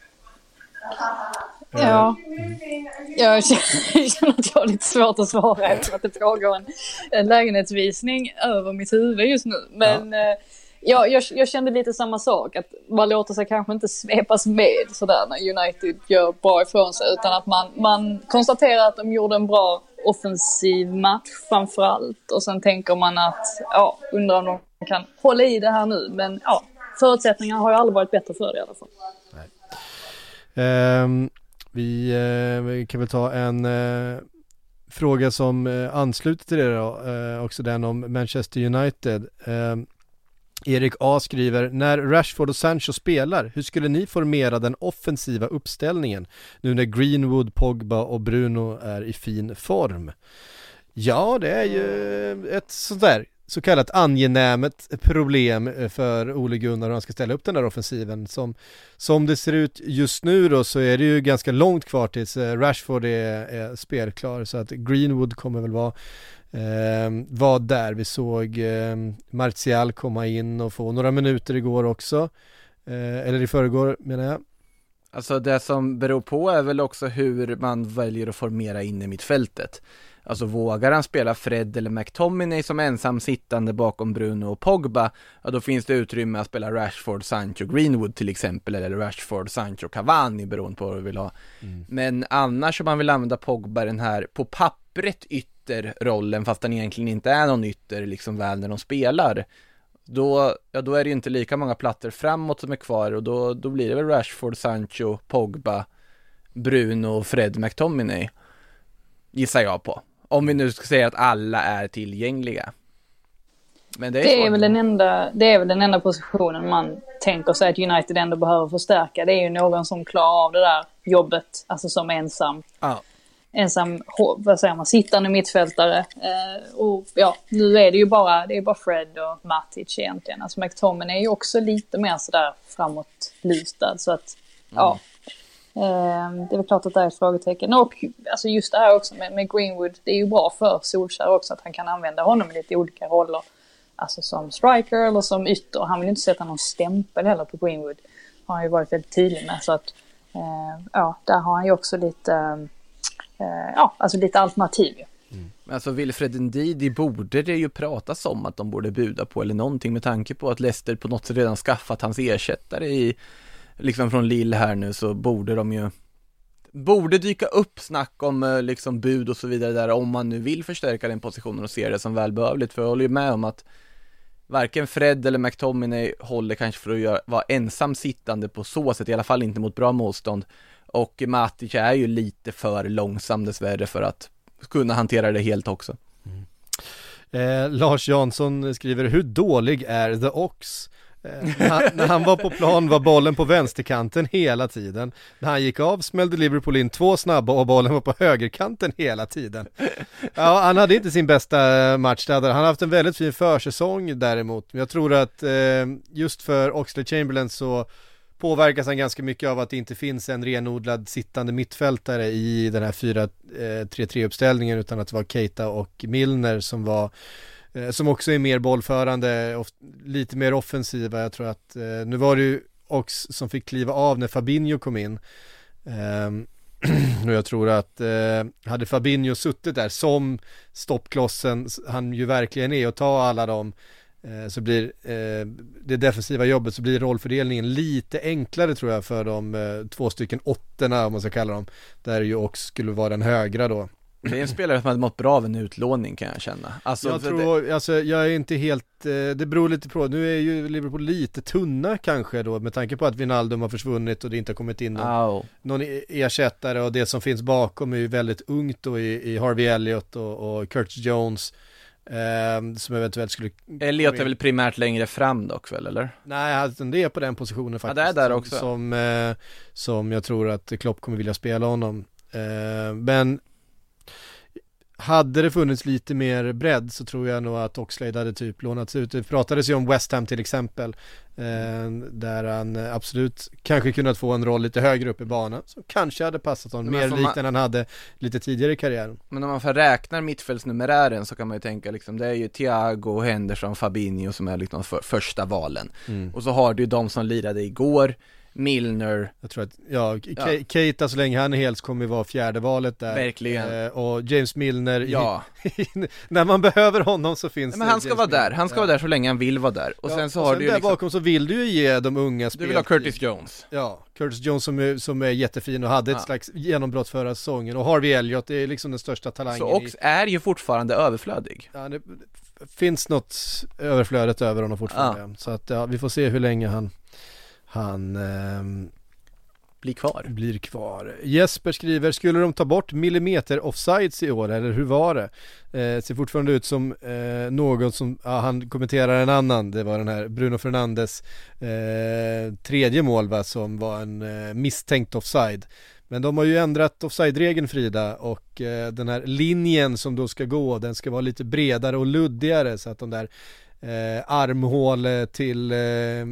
E: Ja, jag känner att jag har lite svårt att svara efter att det pågår en, en lägenhetsvisning över mitt huvud just nu. Men ja. jag, jag, jag kände lite samma sak, att man låter sig kanske inte svepas med sådär när United gör bra ifrån sig, utan att man, man konstaterar att de gjorde en bra offensiv match framförallt, och sen tänker man att ja, undrar om de kan hålla i det här nu, men ja, förutsättningarna har ju aldrig varit bättre för det i alla fall.
C: Nej. Um... Vi, eh, vi kan väl ta en eh, fråga som eh, ansluter till det då, eh, också den om Manchester United. Eh, Erik A skriver: när Rashford och Sancho spelar, hur skulle ni formera den offensiva uppställningen nu när Greenwood, Pogba och Bruno är i fin form? Ja, det är ju ett sånt där så kallat angenämet problem för Ole Gunnar när han ska ställa upp den där offensiven. Som, som det ser ut just nu då, så är det ju ganska långt kvar tills Rashford är, är spelklar, så att Greenwood kommer väl vara eh, var där. Vi såg eh, Martial komma in och få några minuter igår också, eh, eller i förrgår menar jag.
D: Alltså det som beror på är väl också hur man väljer att formera in i mittfältet. Alltså vågar han spela Fred eller McTominay som ensam sittande bakom Bruno och Pogba, ja då finns det utrymme att spela Rashford, Sancho, Greenwood till exempel, eller Rashford, Sancho, Cavani beroende på vad du vill ha. Mm. Men annars om man vill använda Pogba den här på pappret ytterrollen, fast han egentligen inte är någon ytter liksom väl när de spelar, då, ja, då är det ju inte lika många plattor framåt som är kvar, och då, då blir det väl Rashford, Sancho, Pogba, Bruno, Fred, McTominay, gissar jag på. Om vi nu ska säga att alla är tillgängliga. Men det är, det är, väl den enda,
E: det är väl den enda positionen man tänker sig att United ändå behöver förstärka. Det är ju någon som klarar av det där jobbet, alltså som ensam. Ah. Ensam, vad säger man, sittande mittfältare. Eh, och ja, nu är det ju bara, det är bara Fred och Matic egentligen. Alltså McTominay är ju också lite mer sådär framåtlutad, så att mm. ja. Det är väl klart att det är ett frågetecken. Och alltså just det här också med, med Greenwood, det är ju bra för Solskjær också att han kan använda honom i lite olika roller. Alltså som striker eller som ytter. Han vill inte sätta någon stämpel heller på Greenwood, har han ju varit väldigt tydlig med. Så att eh, ja, där har han ju också lite eh, ja, alltså lite alternativ.
D: Mm. Alltså Wilfred Ndidi borde det ju pratas om att de borde buda på eller någonting, med tanke på att Leicester på något sätt redan skaffat hans ersättare i liksom från Lille här nu, så borde de ju borde dyka upp snack om liksom bud och så vidare där, om man nu vill förstärka den positionen och ser det som välbehövligt. För jag håller ju med om att varken Fred eller McTominay håller kanske för att göra, vara ensam sittande på så sätt, i alla fall inte mot bra motstånd, och Matic är ju lite för långsam dessvärre för att kunna hantera det helt också.
C: Mm. Eh, Lars Jansson skriver: hur dålig är The Ox? när, han, när han var på plan var bollen på vänsterkanten hela tiden. När han gick av smällde Liverpool in två snabba och bollen var på högerkanten hela tiden. Ja, han hade inte sin bästa match där. Han har haft en väldigt fin försäsong däremot. Men jag tror att eh, just för Oxlade-Chamberlain så påverkas han ganska mycket av att det inte finns en renodlad sittande mittfältare i den här fyra tre tre-uppställningen, utan att det var Keita och Milner som var eh, som också är mer bollförande och lite mer offensiva. Jag tror att eh, nu var det ju Ox som fick kliva av när Fabinho kom in. Um, och jag tror att eh, hade Fabinho suttit där som stoppklossen han ju verkligen är och ta alla dem, eh, så blir eh, det defensiva jobbet, så blir rollfördelningen lite enklare tror jag för de eh, två stycken åttorna om man ska kalla dem, där ju också skulle vara den högra då.
D: Det är en spelare som hade mått bra av en utlåning kan jag känna. Alltså,
C: jag tror, det... alltså jag är inte helt, eh, det beror lite på, nu är ju Liverpool lite tunna kanske då, med tanke på att Wijnaldum har försvunnit och det inte har kommit in någon,
D: oh.
C: någon ersättare, och det som finns bakom är ju väldigt ungt då i, i Harvey Elliott och, och Curtis Jones, eh, som eventuellt skulle...
D: Elliott är väl primärt längre fram dock väl, eller?
C: Nej, alltså, det är på den positionen faktiskt.
D: Ja, det är där också.
C: Som, som, eh, som jag tror att Klopp kommer vilja spela honom. Eh, men hade det funnits lite mer bredd så tror jag nog att Oxlade hade typ lånats ut. Det pratades ju om West Ham till exempel, eh, där han absolut kanske kunnat få en roll lite högre upp i banan, som kanske hade passat honom mer likt än han hade lite tidigare i karriären.
D: Men om man får räkna mittfältsnumerären så kan man ju tänka liksom, det är ju Thiago, Henderson, Fabinho som är liksom för, första valen. Mm. Och så har du ju de som lirade igår, Milner.
C: Jag tror att, ja, ja. Keita så länge han är helt kommer vara fjärde valet där.
D: Verkligen.
C: Eh, och James Milner,
D: ja.
C: i, när man behöver honom så finns
D: ja, men han ska
C: James
D: vara
C: Milner.
D: där, han ska
C: ja.
D: vara där så länge han vill vara där. Och
C: ja,
D: sen så
C: och
D: har
C: sen
D: du ju
C: där
D: liksom...
C: bakom så vill du ju ge de unga spel.
D: Du vill ha Curtis Jones.
C: Ja, Curtis Jones som är, som är jättefin och hade ett ja. slags genombrott förra säsongen. Och Harvey Elliott är liksom den största talangen.
D: Så Ox i... är ju fortfarande överflödig.
C: Ja, det finns något överflödet över honom fortfarande. Ja. Så att ja, vi får se hur länge han han ehm...
D: blir kvar.
C: Blir kvar. Jesper skriver, skulle de ta bort millimeter offsides i år, eller hur var det? Eh, ser fortfarande ut som eh, något som, ja, han kommenterar en annan, det var den här Bruno Fernandes eh, tredje mål va, som var en eh, misstänkt offside. Men de har ju ändrat offside-regeln, Frida, och eh, den här linjen som då ska gå, den ska vara lite bredare och luddigare, så att de där eh, armhål till eh,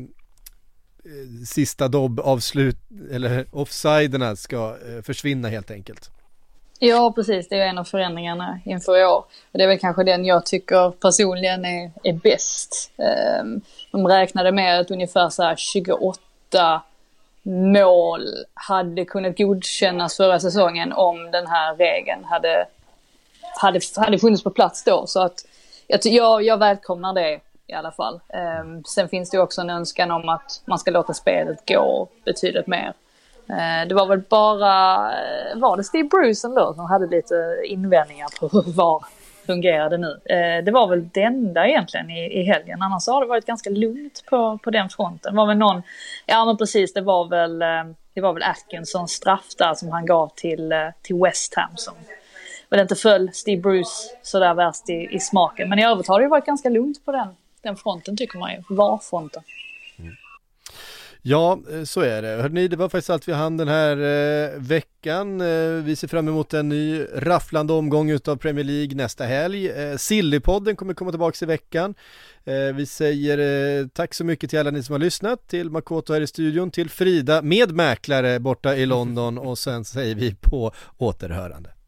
C: sista dobb avslut eller offsiderna ska eh, försvinna helt enkelt.
E: Ja, precis. Det är en av förändringarna inför i år. Och det är väl kanske den jag tycker personligen är, är bäst. Um, de räknade med att ungefär så här tjugoåtta mål hade kunnat godkännas förra säsongen om den här regeln hade, hade, hade funnits på plats då. Så att jag, jag välkomnar det i alla fall. Um, sen finns det också en önskan om att man ska låta spelet gå betydligt mer. Uh, det var väl bara, var det Steve Bruce ändå som hade lite invändningar på hur VAR fungerade nu. Uh, det var väl det enda egentligen i, i helgen. Annars har det varit ganska lugnt på, på den fronten. Det var väl någon, ja men precis, det var väl, uh, det var väl Atkinsons straff där som han gav till, uh, till West Ham som väl inte föll Steve Bruce sådär värst i, i smaken. Men i övrigt har det varit ganska lugnt på den. Den fronten tycker man ju, var-fronten.
C: Mm. Ja, så är det. Hörrni, det var faktiskt allt vi hann den här eh, veckan. Eh, vi ser fram emot en ny rafflande omgång utav Premier League nästa helg. Eh, Sillypodden kommer komma tillbaka i veckan. Eh, vi säger eh, tack så mycket till alla ni som har lyssnat, till Makoto här i studion, till Frida med mäklare borta i London och sen säger vi på återhörande.